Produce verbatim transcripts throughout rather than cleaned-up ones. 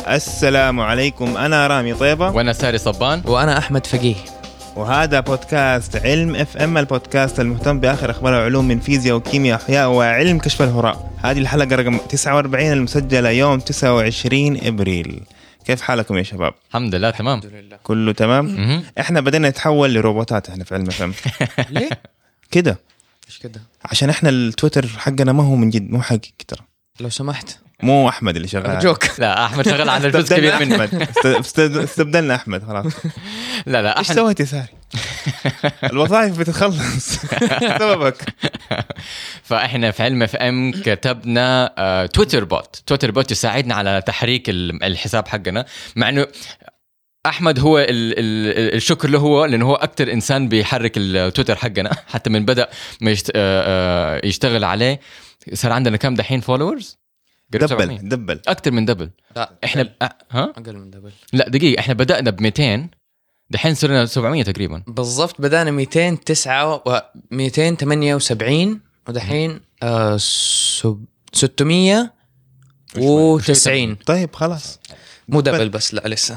السلام عليكم، أنا رامي طيبة وأنا ساري صبان وأنا أحمد فقيه، وهذا بودكاست علم اف ام، البودكاست المهتم بآخر أخبار العلوم من فيزياء وكيمياء وأحياء وعلم كشف الهراء. هذه الحلقة رقم تسعة وأربعين المسجلة يوم تسعة وعشرين إبريل. كيف حالكم يا شباب؟ الحمد لله تمام، كله تمام. احنا بدينا نتحول لروبوتات احنا في علم اف ام. ليه كده؟ ايش كده؟ عشان احنا التويتر حقنا ما هو من جد، مو حقيقي ترى. لو سمحت، مو احمد اللي شغال جوك. لا أحمد شغال على الجزء كبير منه. استبدلنا احمد خلاص. لا لا ايش سويت يا ساري؟ الوظائف بتتخلص سببك. فاحنا في علم اف ام كتبنا آه، تويتر بوت تويتر بوت يساعدنا على تحريك الحساب حقنا، مع انه احمد هو ال ال الشكر له هو، لانه هو اكتر انسان بيحرك التويتر حقنا. حتى من بدا ما يشت... آه، يشتغل عليه صار عندنا كم دحين فولورز؟ دبل دبل اكتر من دبل. لا احنا ب... أه؟ ها اقل من دبل. لا دقيقه، احنا بدانا ب مئتين، دحين صرنا سبعمية تقريبا. بالضبط، بدانا مئتين وتسعة و مئتين وثمانية وسبعين ودحين آه سب... ستمية وتسعين. طيب خلاص، مو دبل بس، لا لسه.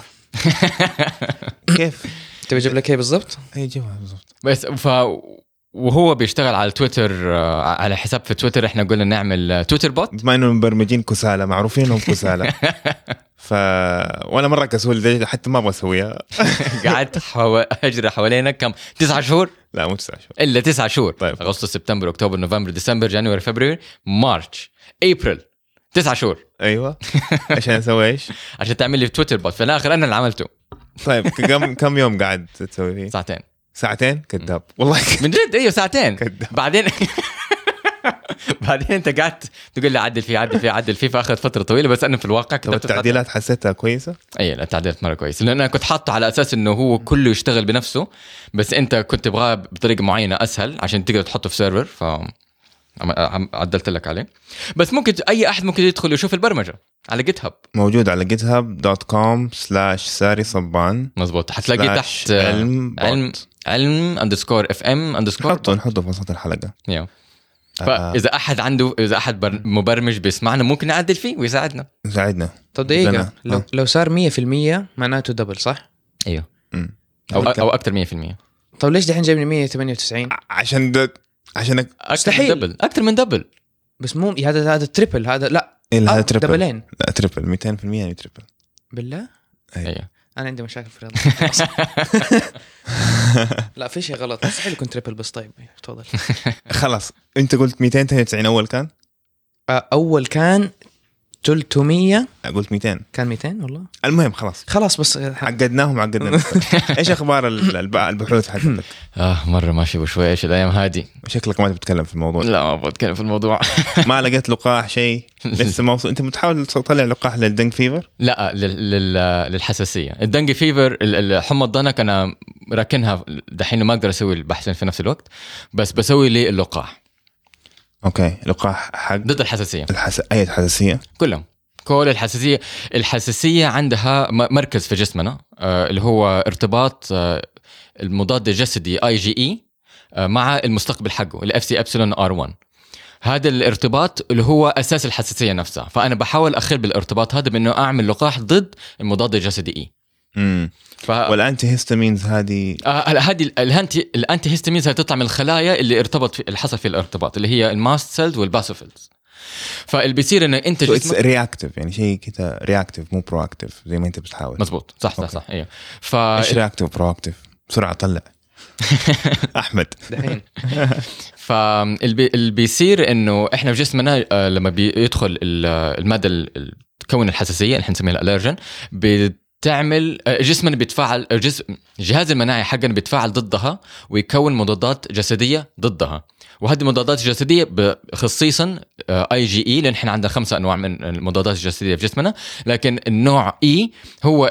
كيف تبي اجيب لك ايه بالضبط؟ اي جواب بالضبط. بس ف وهو بيشتغل على تويتر، على حساب في تويتر. احنا قلنا نعمل تويتر بوت بما انه مبرمجين كسالى، معروفين انهم كسالى. ف وانا مره كسول حتى ما ابغى اسويها. قعدت حو... اجري حوالينا كم تسعة شهور، لا مو تسعة شهور الا تسعة شهور. طيب. اغسطس سبتمبر اكتوبر نوفمبر ديسمبر جانوري فبراير مارش ابريل، تسعة شهور. ايوه عشان اسوي ايش؟ عشان تعمل لي تويتر بوت. في الاخر انا اللي عملته. طيب كم كم يوم قاعد تسوي فيه؟ ساعتين. ساعتين؟ كذاب والله. من جد ايوه ساعتين. كداب. بعدين بعدين انت قعدت تقول لي عدل فيه عدل فيه عدل فيه، فاخذ فتره طويله. بس انا في الواقع طب التعديلات حسيتها كويسه؟ اي التعديلات مره كويس، لان انا كنت حاطه على اساس انه هو كله يشتغل بنفسه، بس انت كنت تبغاه بطريقه معينه اسهل عشان تقدر تحطه في سيرفر، ف عدلت لك عليه. بس ممكن اي احد ممكن يدخل يشوف البرمجه على جيت هاب، موجود على جيت هاب دوت كوم سلاش ساري صبان. مزبوط، حتلاقي تحت علم علم علم اندرسكور اف ام اندرسكور. نحطه نحطه في وسط الحلقه. يا فاذا احد عنده اذا احد مبرمج بيسمعنا ممكن نعدل فيه ويساعدنا يساعدنا. طب دقيقة، لو, لو صار مية في المية معناته دبل صح؟ ايوه مم. او او اكثر مية في المية. طب ليش دحين جايبني مية وثمانية وتسعين؟ عشان د... عشان مستحيل دبل، اكثر من دبل. بس مو هذا هذا تريبل، هذا لا إيه هذا آه تريبل. دبلين. لا تريبل مئتين في المية يعني تريبل. بالله؟ ايوه انا عندي مشاكل في الرياضه. لا في شيء غلط، مستحيل يكون تريبل. بس طيب تفضل. خلاص انت قلت مئتين وثمانية وتسعين اول كان؟ اول كان ثلاثمية. قلت مئتين كان مئتين والله. المهم خلاص خلاص بس عقدناهم عقدنا. ايش اخبار البحوث حقتك؟ اه مره ماشي بشوي. ايش الايام هذه؟ شكلك ما تتكلم في الموضوع. لا ما بتكلم في الموضوع. ما لقيت لقاح شيء لسه موصول؟ انت بتحاول تطلع لقاح للدنج فيفر؟ لا لل... للحساسيه. الدنج فيفر، الحمى الضنك انا راكنها دحين، ما اقدر اسوي البحثين في نفس الوقت، بس بسوي لي اللقاح. اوكي، لقاح حق ضد الحساسيه. الحس... اي حساسيه؟ كلهم كل الحساسيه. الحساسيه عندها مركز في جسمنا آه اللي هو ارتباط آه المضاد الجسدي اي جي اي آه مع المستقبل حقه الاف سي ابسلون ار واحد. هذا الارتباط اللي هو اساس الحساسيه نفسها. فانا بحاول اخل بالارتباط هذا بانه اعمل لقاح ضد المضاد الجسدي اي. امم ف... والانتي هيستامينز هذه آه هذه الانتي الانتي هيستامينز هتطلع من الخلايا اللي ارتبط في اللي حصل في الارتباط، اللي هي الماست سيلز والباسوفيلز. فاللي بيصير انه انت جسمك رياكتيف، يعني شيء كده رياكتيف مو برواكتيف زي ما انت بتحاول. مزبوط، صح صح صح. ايوه. ف ايش رياكتيف برواكتيف؟ بسرعه طلع. احمد دحين. فاللي بيصير انه احنا في جسمنا لما بيدخل الماده اللي تكون الحساسيه اللي نسميها الالرجين، بتعمل جسمنا بيتفاعل، جسم الجهاز المناعي حقنا بيتفاعل ضدها ويكون مضادات جسديه ضدها. وهذه المضادات الجسديه خصيصا اي جي اي، لان احنا عندنا خمسه انواع من المضادات الجسديه في جسمنا، لكن النوع اي هو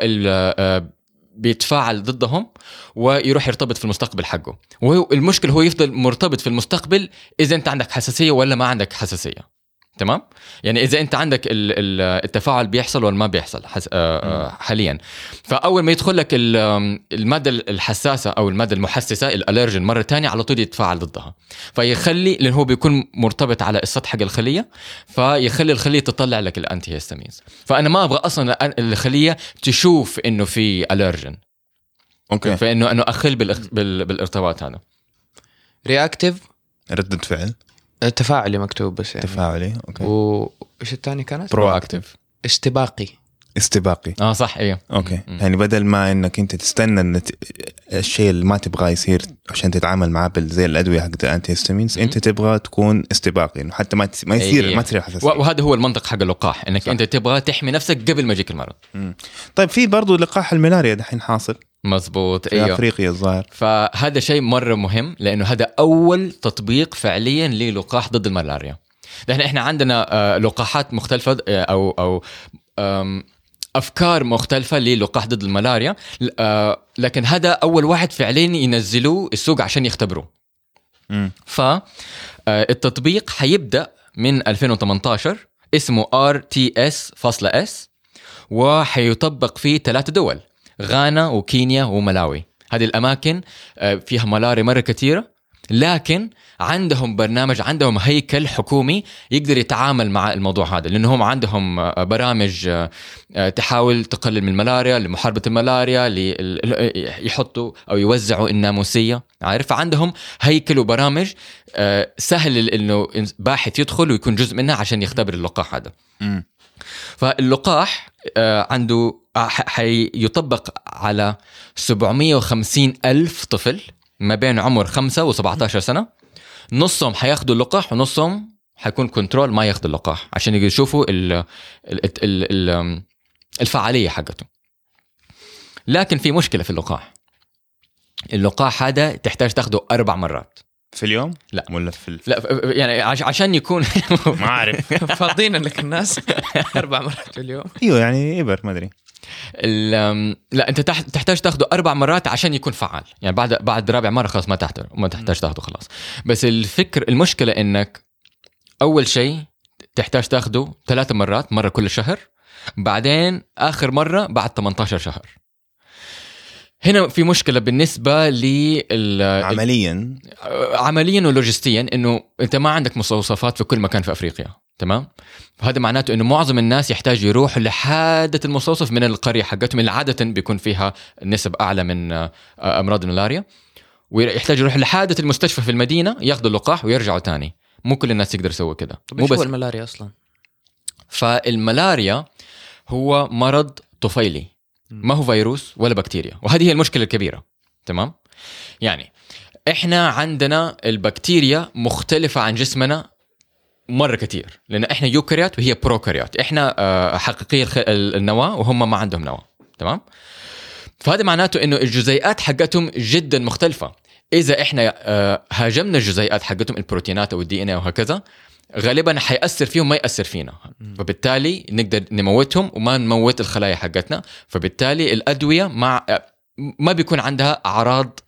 بيتفاعل ضدهم ويروح يرتبط في المستقبل حقه. والمشكله هو يفضل مرتبط في المستقبل اذا انت عندك حساسيه ولا ما عندك حساسيه. تمام. يعني اذا انت عندك التفاعل بيحصل ولا ما بيحصل حاليا. فاول ما يدخل لك الماده الحساسه او الماده المحسسه الالرجين مره تانية على طول يتفاعل ضدها، فيخلي لان هو بيكون مرتبط على السطح حق الخليه، فيخلي الخليه تطلع لك الانتي هيستامينز. فانا ما ابغى اصلا الخليه تشوف انه في الرجين، اوكي، فانه انه اخل بالارتباط هذا. رياكتيف ردة فعل، تفاعلي مكتوب بس يعني. تفاعلي. اوكي. وايش الثاني كانت؟ برو اكتيف، استباقي. استباقي اه صح ايوه. اوكي. م- يعني بدل ما انك انت تستنى ان الشيء اللي ما تبغاه يصير عشان تتعامل معاه زي الادويه حقت الانتي هيستامينز، انت تبغى تكون استباقي انه حتى ما ما يصير أيه. ما تصير حساسيه. وهذا هو المنطق حق اللقاح، انك صح. انت تبغى تحمي نفسك قبل ما يجيك المرض. م. طيب في برضو لقاح الملاريا دحين حاصل. مزبوط في ايوه. افريقيا الظاهر. فهذا شيء مره مهم لانه هذا اول تطبيق فعليا للقاح ضد الملاريا. لأن احنا عندنا لقاحات مختلفه او او افكار مختلفه للقاح ضد الملاريا، لكن هذا اول واحد فعليا ينزلوه السوق عشان يختبروه. فالتطبيق حيبدا من ألفين وثمانية عشر، اسمه آر تي إس فاصلة إس، وحيطبق في ثلاث دول: غانا وكينيا وملاوي. هذه الأماكن فيها ملاريا مرة كثيرة، لكن عندهم برنامج، عندهم هيكل حكومي يقدر يتعامل مع الموضوع هذا، لأنهم عندهم برامج تحاول تقلل من الملاريا، لمحاربة الملاريا، يحطوا أو يوزعوا الناموسية، عارف. عندهم هيكل وبرامج سهل إنه باحث يدخل ويكون جزء منها عشان يختبر اللقاح هذا. م. فاللقاح عنده حيطبق على سبعمية وخمسين ألف طفل ما بين عمر خمسة وسبعة عشر سنة. نصهم حياخدوا اللقاح ونصهم حيكون كنترول ما ياخدوا اللقاح عشان يشوفوا ال ال ال الفعالية حقته. لكن في مشكلة في اللقاح. اللقاح هذا تحتاج تاخده أربع مرات في اليوم. لا ولا في الف... لا يعني عشان يكون ما أعرف فاضيين لك الناس أربع مرات في اليوم. ايوه يعني إبر ما أدري. لا انت تحتاج تاخده اربع مرات عشان يكون فعال. يعني بعد بعد رابع مره خلاص ما تحتاج ما تحتاج تاخده خلاص. بس الفكر المشكله انك اول شيء تحتاج تاخده ثلاث مرات، مره كل شهر، بعدين اخر مره بعد ثمانية عشر شهر. هنا في مشكله بالنسبه لل عمليا عمليا ولوجستيا، انه انت ما عندك مستوصفات في كل مكان في افريقيا، تمام. هذا معناته انه معظم الناس يحتاج يروح لحادة المستوصف من القرية حقتهم اللي عادة بيكون فيها نسب اعلى من امراض الملاريا، ويحتاج يروح لحادة المستشفى في المدينة ياخذوا اللقاح ويرجعوا تاني. مو كل الناس يقدر يسوي كده. مو بس الملاريا اصلا. فالملاريا هو مرض طفيلي، ما هو فيروس ولا بكتيريا، وهذه هي المشكلة الكبيرة، تمام. يعني احنا عندنا البكتيريا مختلفة عن جسمنا مرة كتير، لأن إحنا يوكاريوت وهي بروكاريوت. إحنا حقيقية النواة وهم ما عندهم نواة، تمام. فهذا معناته إنه الجزيئات حقتهم جدا مختلفة. إذا إحنا هاجمنا الجزيئات حقتهم، البروتينات أو الدي إن إيه وهكذا، غالبا حيأثر فيهم ما يأثر فينا، فبالتالي نقدر نموتهم وما نموت الخلايا حقتنا. فبالتالي الأدوية مع ما بيكون عندها أعراض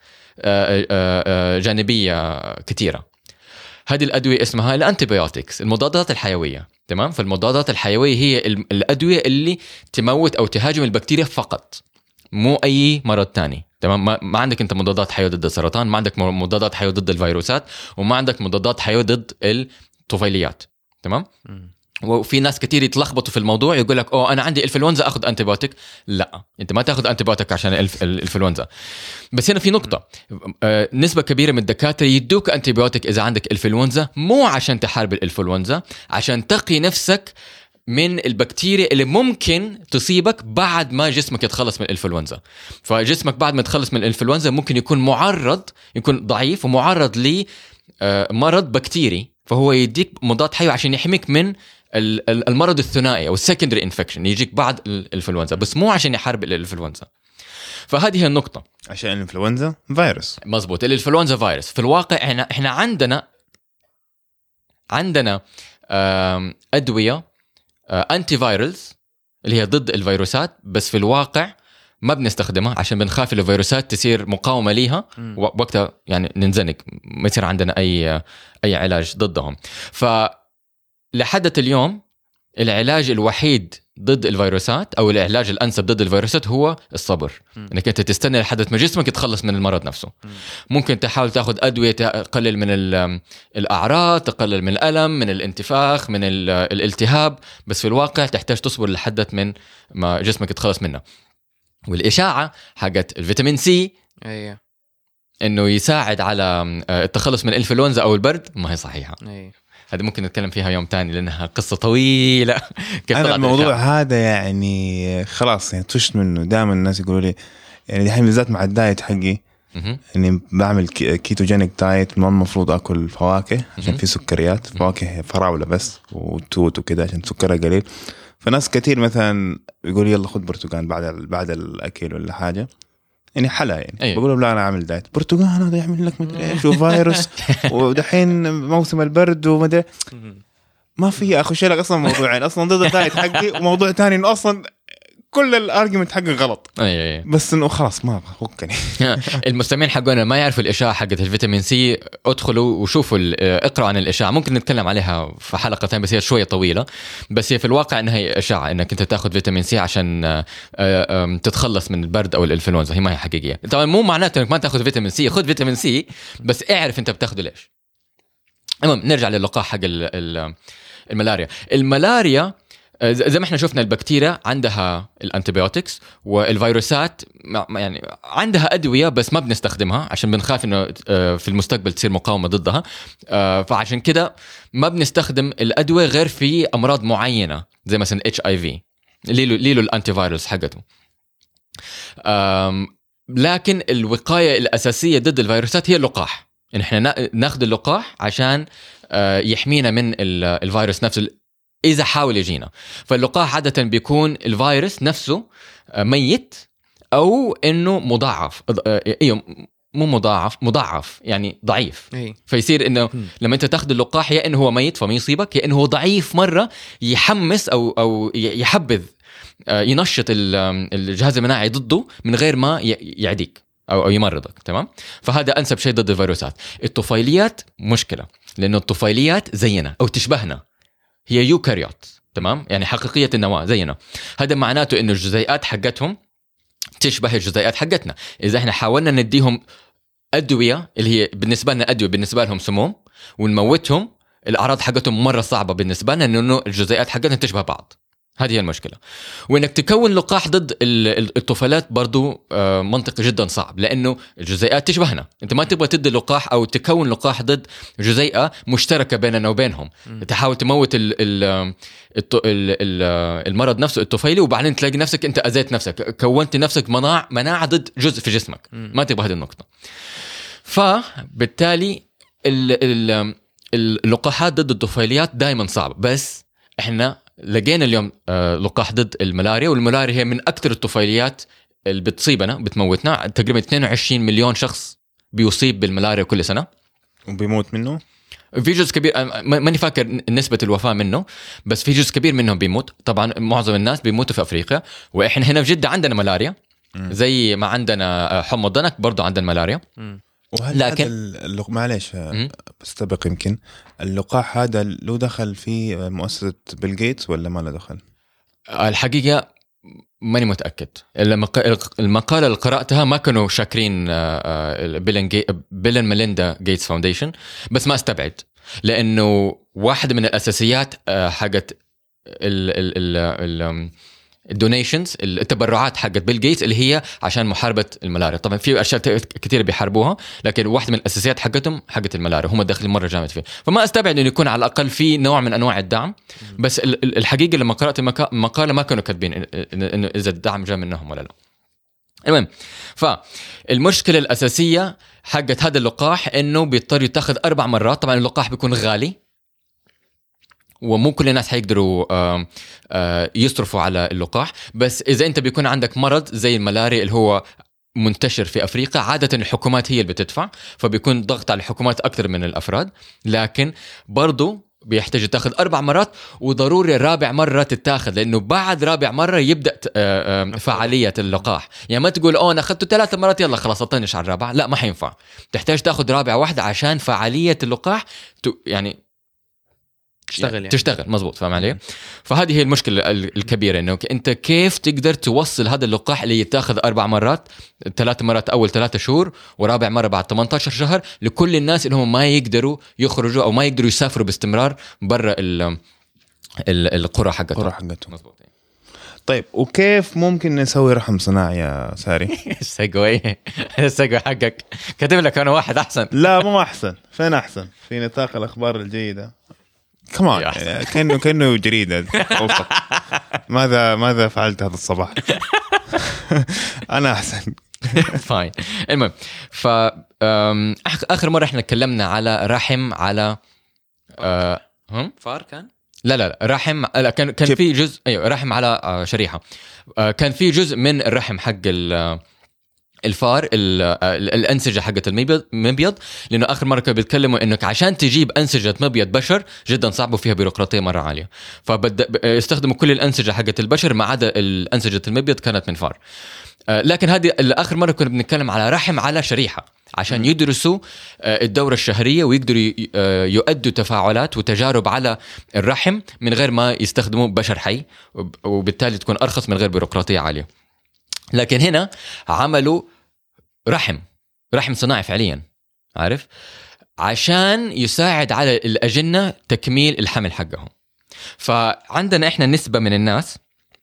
جانبية كتيرة. هذه الأدوية اسمها الأنتيبيوتكس، المضادات الحيوية، تمام. فالمضادات الحيوية هي الأدوية اللي تموت أو تهاجم البكتيريا فقط، مو أي مرض تاني، تمام. ما عندك أنت مضادات حيوية ضد السرطان، ما عندك مضادات حيوية ضد الفيروسات، وما عندك مضادات حيوية ضد الطفيليات، تمام. وفي ناس كتير يتلخبطوا في الموضوع، يقول لك أوه أنا عندي إنفلونزا أخذ أنتيبيوتيك. لا، أنت ما تأخذ أنتيبيوتيك عشان الإنفلونزا. بس هنا في نقطة، آه نسبة كبيرة من الدكاترة يدوك أنتيبيوتيك إذا عندك إنفلونزا، مو عشان تحارب الإنفلونزا، عشان تقي نفسك من البكتيريا اللي ممكن تصيبك بعد ما جسمك يتخلص من الإنفلونزا. فجسمك بعد ما يتخلص من الإنفلونزا ممكن يكون معرض، يكون ضعيف ومعرض لمرض بكتيري، فهو يديك مضاد حيوي عشان يحميك من المرض الثنائي او السكندري انفكشن يجيك بعد الانفلونزا، بس مو عشان يحارب الانفلونزا. فهذه هي النقطه، عشان الانفلونزا فيروس. مزبوط، الانفلونزا فيروس. في الواقع احنا احنا عندنا عندنا ادويه انتي فايرلز اللي هي ضد الفيروسات، بس في الواقع ما بنستخدمها عشان بنخاف الفيروسات تصير مقاومه ليها وقتها يعني ننزنق، ما يصير عندنا اي اي علاج ضدهم. ف لحد اليوم العلاج الوحيد ضد الفيروسات او العلاج الانسب ضد الفيروسات هو الصبر. م. انك انت تستنى لحد ما جسمك يتخلص من المرض نفسه. م. ممكن تحاول تاخذ ادويه تقلل من الاعراض، تقلل من الالم، من الانتفاخ، من الالتهاب، بس في الواقع تحتاج تصبر لحد من ما جسمك يتخلص منه. والاشاعه حقت الفيتامين سي ايوه انه يساعد على التخلص من الانفلونزا او البرد، ما هي صحيحه. ايوه هذا ممكن نتكلم فيها يوم تاني لأنها قصة طويلة. أنا الموضوع هذا يعني خلاص يعني تشت منه. دائما الناس يقولوا لي يعني دحين بالذات مع الدايت حقي إني بعمل كيتوجينيك دايت، ما المفروض أكل فواكه عشان في سكريات، فواكه فراولة بس وتوت وكذا عشان سكرها قليل. فناس كتير مثلا يقول يلا خذ برتقال بعد بعد الأكل ولا حاجة، يعني حلا يعني أيوه. بقول لهم لا أنا أعمل دايت، برتقال هذا يعمل لك مدري إيش وفيروس ودحين موسم البرد ومدري ما في أخش لك أصلا موضوعين أصلا ضد الدايت حقي، وموضوع تاني إنه أصلا كل الارجيومنت حقه غلط. أي أي. بس انه خلاص ما فكني. المستمعين حقنا ما يعرفوا الاشعه حقت الفيتامين سي، ادخلوا وشوفوا اقرأوا عن الاشعه، ممكن نتكلم عليها في حلقه ثانيه بس هي شويه طويله. بس هي في الواقع انها هي اشعه انك انت تاخذ فيتامين سي عشان تتخلص من البرد او الانفلونزا، هي ما هي حقيقيه. طبعا مو معناته انك ما تاخذ فيتامين سي، خذ فيتامين سي بس اعرف انت بتاخذه ليش. المهم نرجع للقاح حق الملاريا. الملاريا زي ما احنا شفنا البكتيريا عندها الانتيبيوتكس، والفيروسات يعني عندها أدوية بس ما بنستخدمها عشان بنخاف انه في المستقبل تصير مقاومة ضدها. فعشان كده ما بنستخدم الأدوية غير في أمراض معينة زي مثلا إتش آي في ليلو ليلو الانتي فيروس حقته. لكن الوقاية الأساسية ضد الفيروسات هي اللقاح، إن احنا ناخذ اللقاح عشان يحمينا من الفيروس نفسه إذا حاول يجينا. فاللقاح عادة بيكون الفيروس نفسه ميت أو إنه مضاعف، إيه مو مضاعف مضاعف يعني ضعيف. أي. فيصير إنه لما أنت تاخذ اللقاح يا إنه هو ميت فما يصيبك، يا إنه هو ضعيف مرة يحمس أو أو يحبذ ينشط الجهاز المناعي ضده من غير ما يعديك أو يمرضك. تمام. فهذا أنسب شيء ضد الفيروسات. الطفيليات مشكلة لأنه الطفيليات زينا أو تشبهنا، هي يوكاريوت. تمام. يعني حقيقية النواة زينا. هذا معناته إنه الجزيئات حقتهم تشبه الجزيئات حقتنا. إذا إحنا حاولنا نديهم أدوية اللي هي بالنسبة لنا أدوية بالنسبة لهم سموم ونموتهم، الأعراض حقتهم مرة صعبة بالنسبة لنا إنه الجزيئات حقتنا تشبه بعض. هذه هي المشكلة. وإنك تكون لقاح ضد الطفيلات برضو منطقي جدا صعب، لأنه الجزيئات تشبهنا. أنت ما تبغى تدي لقاح أو تكون لقاح ضد جزيئة مشتركة بيننا وبينهم. م. تحاول تموت ال ال ال المرض نفسه الطفيلي، وبعدين تلاقي نفسك أنت أذيت نفسك، كونت نفسك مناعة مناعة ضد جزء في جسمك. م. ما تبغى هذه النقطة. فبالتالي اللقاحات ضد الطفيليات دائما صعب. بس إحنا لقينا اليوم لقاح ضد الملاريا، والملاريا هي من أكثر الطفيليات اللي بتصيبنا بتموتنا. تقريبا اثنين وعشرين مليون شخص بيصيب بالملاريا كل سنة وبيموت منه. في جزء كبير ماني فاكر نسبة الوفاة منه، بس في جزء كبير منهم بيموت. طبعا معظم الناس بيموتوا في أفريقيا، وإحنا هنا في جدة عندنا ملاريا م. زي ما عندنا حمى الضنك برضو عندنا ملاريا. م. وهل لكن اللق... معليش بستبق يمكن اللقاح هذا له دخل في مؤسسة بيل جيتس ولا ما له دخل؟ الحقيقة ماني متأكد. المقالة اللي قرأتها ما كانوا شاكرين بيل جي... بيل ميليندا جيتس فاونديشن، بس ما استبعد، لأنه واحدة من الأساسيات حقت ال ال ال ال الدونيشنز التبرعات حقت بيل جيتس اللي هي عشان محاربة الملاريا. طبعا في أشياء كثير بيحاربوها، لكن واحدة من الأساسيات حقتهم حقت الملاريا، هم داخلين مرة جامد فيه. فما استبعد إنه يكون على الأقل في نوع من أنواع الدعم. بس الحقيقة لما قرأت المقالة ما كانوا كاتبين إنه إذا الدعم جاء منهم ولا لا. المهم، فالمشكلة الأساسية حقت هذا اللقاح إنه بيضطر يتاخذ أربع مرات. طبعا اللقاح بيكون غالي، ومو كل الناس حيقدروا آآ آآ يصرفوا على اللقاح. بس إذا أنت بيكون عندك مرض زي الملاريا اللي هو منتشر في أفريقيا، عادة الحكومات هي اللي بتدفع، فبيكون ضغط على الحكومات أكثر من الأفراد. لكن برضو بيحتاج تاخذ أربع مرات، وضروري رابع مرة تتاخذ، لأنه بعد رابع مرة يبدأ فعالية اللقاح. يعني ما تقول أوه أنا أخذته ثلاث مرات يلا خلاص أطنش على الرابع، لا ما حينفع. تحتاج تاخذ رابع واحدة عشان فعالية اللقاح يعني تشتغل يعني. تشتغل مزبوط، فاهم علي؟ فهذه هي المشكله ال- الكبيره، انه انت كيف تقدر توصل هذا اللقاح اللي يتاخذ اربع مرات، ثلاث مرات اول ثلاثة شهور ورابع مره بعد ثمانية عشر شهر، لكل الناس اللي هم ما يقدروا يخرجوا او ما يقدروا يسافروا باستمرار برا ال ال- القرى حقتهم. القرى حقتهم. مزبوط. طيب وكيف ممكن نسوي رحم صناعي يا ساري؟ السقوي السقوي حقك كاتب لك انا واحد احسن. لا مو احسن، فين احسن؟ في نطاق الاخبار الجيده كمان يعني كانه كانه جريده اوسط. ماذا ماذا فعلت هذا الصباح؟ انا احسن. فاين. المهم، ف أم، آخ- اخر مره احنا تكلمنا على رحم على أه، هم فار كان لا لا لا رحم، لا كان كان شب. في جزء، ايوه رحم على آه، شريحه. آه، كان في جزء من الرحم حق ال- آه، الفار ال- آه، الانسجه حقت المبيض مبيض، لانه اخر مره كانوا بيتكلموا انك عشان تجيب انسجه مبيض بشر جدا صعب وفيها بيروقراطيه مره عاليه، فبدا يستخدموا كل الانسجه حقت البشر ما عدا الانسجه المبيض كانت من فار. آه، لكن هذه اخر مره كنا بنتكلم على رحم على شريحه عشان يدرسوا آه، الدورة الشهرية ويقدروا ي- آه، يؤدوا تفاعلات وتجارب على الرحم من غير ما يستخدموا بشر حي، وب- وبالتالي تكون أرخص من غير بيروقراطية عالية. لكن هنا عملوا رحم رحم صناعي فعليا، عارف، عشان يساعد على الأجنة تكميل الحمل حقهم. فعندنا إحنا نسبة من الناس،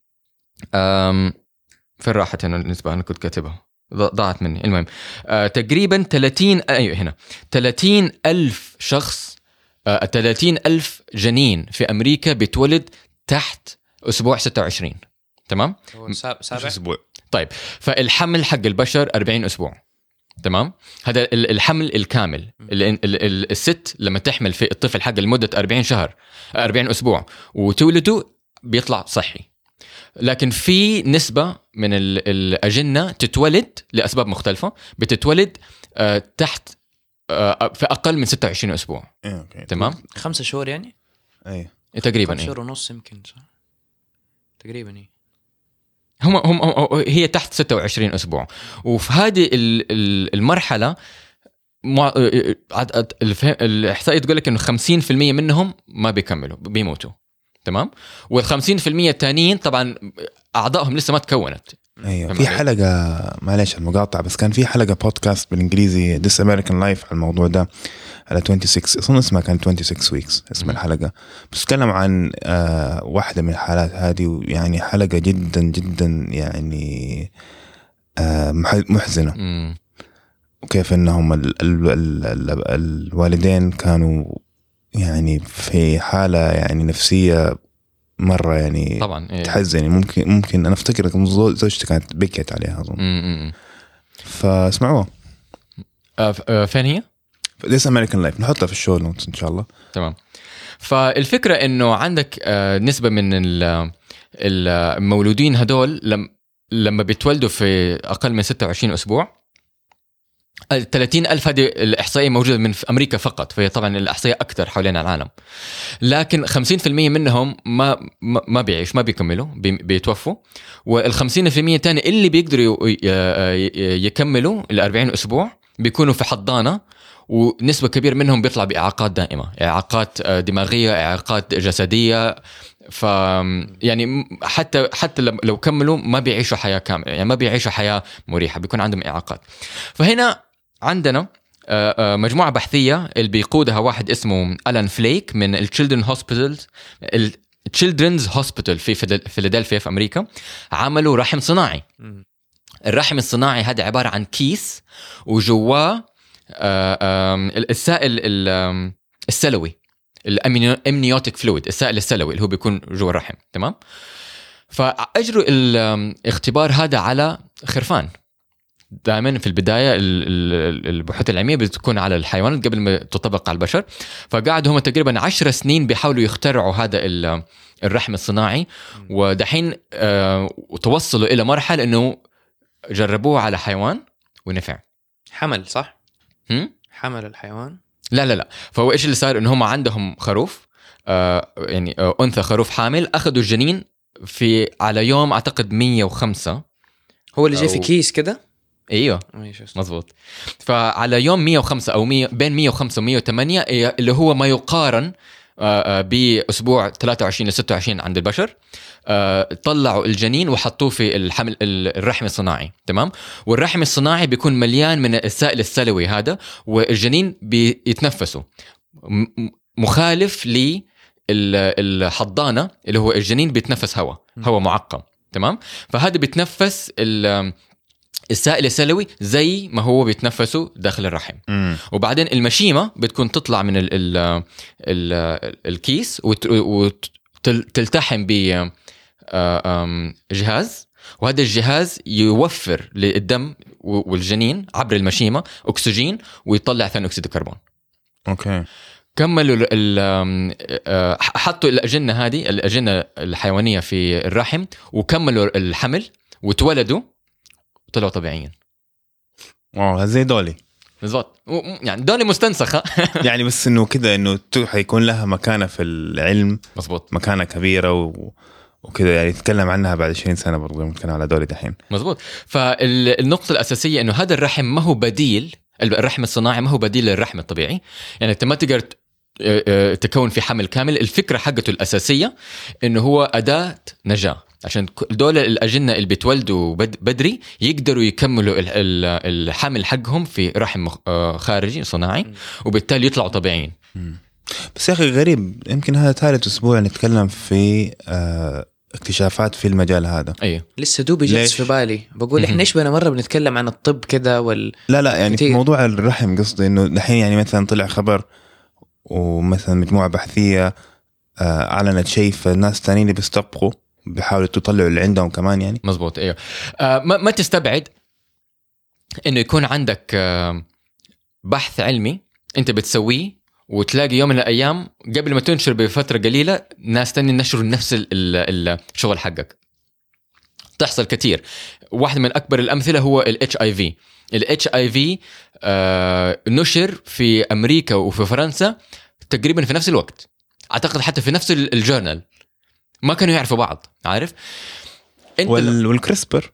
أم فين راحت هنا النسبة؟ أنا كنت كاتبها ض- ضاعت مني. المهم آه تقريبا ثلاثين، أيوة هنا ثلاثين ألف شخص، آه ثلاثين ألف جنين في أمريكا بيتولد تحت أسبوع ستة وعشرين. تمام. هو ساب- مش سابع اسبوع. طيب فالحمل حق البشر أربعين أسبوع. تمام. هذا ال- الحمل الكامل. ال- ال- ال- الست لما تحمل في الطفل حق لمدة أربعين شهر أربعين أسبوع وتولده بيطلع صحي. لكن في نسبة من ال- الأجنة تتولد لأسباب مختلفة، بتتولد آه، تحت آه، في أقل من ستة وعشرين أسبوع. إيه، أوكي. تمام. خمسة شهور يعني اي تقريبا خمسة إيه. شهور ونص يمكن صح؟ تقريبا إيه. هم هم هم- هي تحت ستة وعشرين أسبوع. وفي هذه ال- ال- المرحلة مع- عد- عد- الفه- الإحصائية تقول لك إنه خمسين في المية منهم ما بيكملوا بيموتوا. تمام. والخمسين في المية التانيين طبعا أعضائهم لسه ما تكونت. ايوه. فهمت في علي؟ حلقه، معلش المقاطعه، بس كان في حلقه بودكاست بالانجليزي This American Life على الموضوع ده على ستة وعشرين، اظن اسمها كان ستة وعشرين ويكس اسم مم. الحلقه، بس تكلم عن آه واحده من الحالات هذه، ويعني حلقه جدا جدا يعني آه مح- محزنه، مم. وكيف انهم ال ال ال ال الوالدين كانوا يعني في حاله يعني نفسيه مره يعني طبعا إيه. تحزن. ممكن ممكن انا افتكر إن زو- زوجتي كانت بكت عليها اظن، مم. مم. فاسمعوها. آه، ف- آه، فين هي؟ This American Life نحطها في الشو نوتس ان شاء الله. تمام. فالفكرة إنه عندك آه، نسبة من ال- المولودين هدول لم لما بيتولدوا في أقل من ستة وعشرين أسبوع، ال ثلاثين ألف هذه الإحصائية موجودة من في أمريكا فقط، فهي طبعا الإحصائية أكثر حوالين العالم. لكن خمسين في المية منهم ما ما ما بيعيش، ما بيكملوا، بي- بيتوفوا. والخمسين في المية الثاني اللي بيقدروا ي- ي- يكملوا الأربعين أسبوع بيكونوا في حضانة، ونسبة كبير منهم بيطلع بإعاقات دائمة، إعاقات آه، دماغية، إعاقات جسدية. ف يعني حتى حتى لو- لو كملوا ما بيعيشوا حياة كاملة، يعني ما بيعيشوا حياة مريحة، بيكون عندهم إعاقات. فهنا عندنا آه، آه، مجموعة بحثية اللي بيقودها واحد اسمه ألان فليك من التشيلدرن هوسبيتال التشيلدرنز هوسبيتال في فيلاد- فيلادلفيا في أمريكا. عملوا رحم صناعي. مم. الرحم الصناعي هذا عبارة عن كيس وجواه آه، آم، السائل ال- آم، السلوي، الامنيوتيك فلويد، السائل السلوي اللي هو بيكون جوا الرحم. تمام. فأجروا الاختبار هذا على خرفان. دائما في البداية ال- ال- البحوث العلمية بتكون على الحيوانات قبل ما تطبق على البشر. فقعدوا هم تقريبا عشر سنين بيحاولوا يخترعوا هذا ال- الرحم الصناعي، ودحين آه، توصلوا إلى مرحلة إنه جربوه على حيوان ونفع. حمل صح؟ هم؟ حمل الحيوان. لا لا لا فهو إيش اللي صار؟ إنه هم عندهم خروف، آه، يعني آه، أنثى خروف حامل، أخذوا الجنين في على يوم أعتقد مية وخمسة. هو اللي جاي في أو- كيس كده. أيوه ماشي اسمه. مزبوط. فعلى يوم مية وخمسة أو مية بين مية وخمسة و مية وثمانية اللي هو ما يقارن بأسبوع ثلاثة وعشرين ل ستة وعشرين عند البشر. طلعوا الجنين وحطوه في الحمل الرحم الصناعي، تمام. والرحم الصناعي بيكون مليان من السائل السلوي هذا، والجنين بيتنفسه مخالف للحضانة اللي هو الجنين بيتنفس هواء هواء معقم، تمام. فهذا بيتنفس السائل السلوي زي ما هو بيتنفسه داخل الرحم. مم. وبعدين المشيمة بتكون تطلع من ال ال ال الكيس وتلتحم ب جهاز، وهذا الجهاز يوفر للدم والجنين عبر المشيمة أكسجين ويطلع ثاني أكسيد الكربون. أوكي. كملوا حطوا الأجنة هذه الأجنة الحيوانية في الرحم وكملوا الحمل وتولدوا طلعوا طبيعيين. واو، زي دولي بالضبط. يعني دولي مستنسخة يعني بس إنه كده إنه حيكون لها مكانة في العلم، مظبوط، مكانة كبيرة و... وكده يعني نتكلم عنها بعد عشرين سنة برضو نتكلم على دولي دحين. مظبوط. فالنقطة الأساسية إنه هذا الرحم ما هو بديل، الرحم الصناعي ما هو بديل للرحم الطبيعي. يعني أنت ما تقدر تكون في حمل كامل. الفكرة حقته الأساسية إنه هو أداة نجاة، عشان دول الأجنة اللي بتولدوا بدري يقدروا يكملوا الحمل حقهم في رحم خارجي صناعي، وبالتالي يطلعوا طبيعيين. بس يا أخي غريب، يمكن هذا ثالث أسبوع نتكلم في اه اكتشافات في المجال هذا. أيوه. لسه دوبي جالس في بالي بقول إحنا إيش بنا مرة بنتكلم عن الطب كده وال لا لا يعني كتير. في موضوع الرحم قصدي إنه دحين يعني مثلا طلع خبر ومثلا مجموعة بحثية أعلنت شيء، فالناس تانيين اللي بيستبقوا بيحاولوا يطلعوا اللي عندهم كمان يعني. مزبوط. أيوه. آه ما, ما تستبعد إنه يكون عندك آه بحث علمي أنت بتسويه وتلاقي يوم من الأيام قبل ما تنشر بفترة قليلة ناس تاني نشروا نفس الشغل حقك. تحصل كتير. واحد من أكبر الأمثلة هو ال إتش آي في. ال إتش آي في آه نشر في أمريكا وفي فرنسا تقريبا في نفس الوقت، أعتقد حتى في نفس الجورنال، ما كانوا يعرفوا بعض، عارف. وال... والكريسبر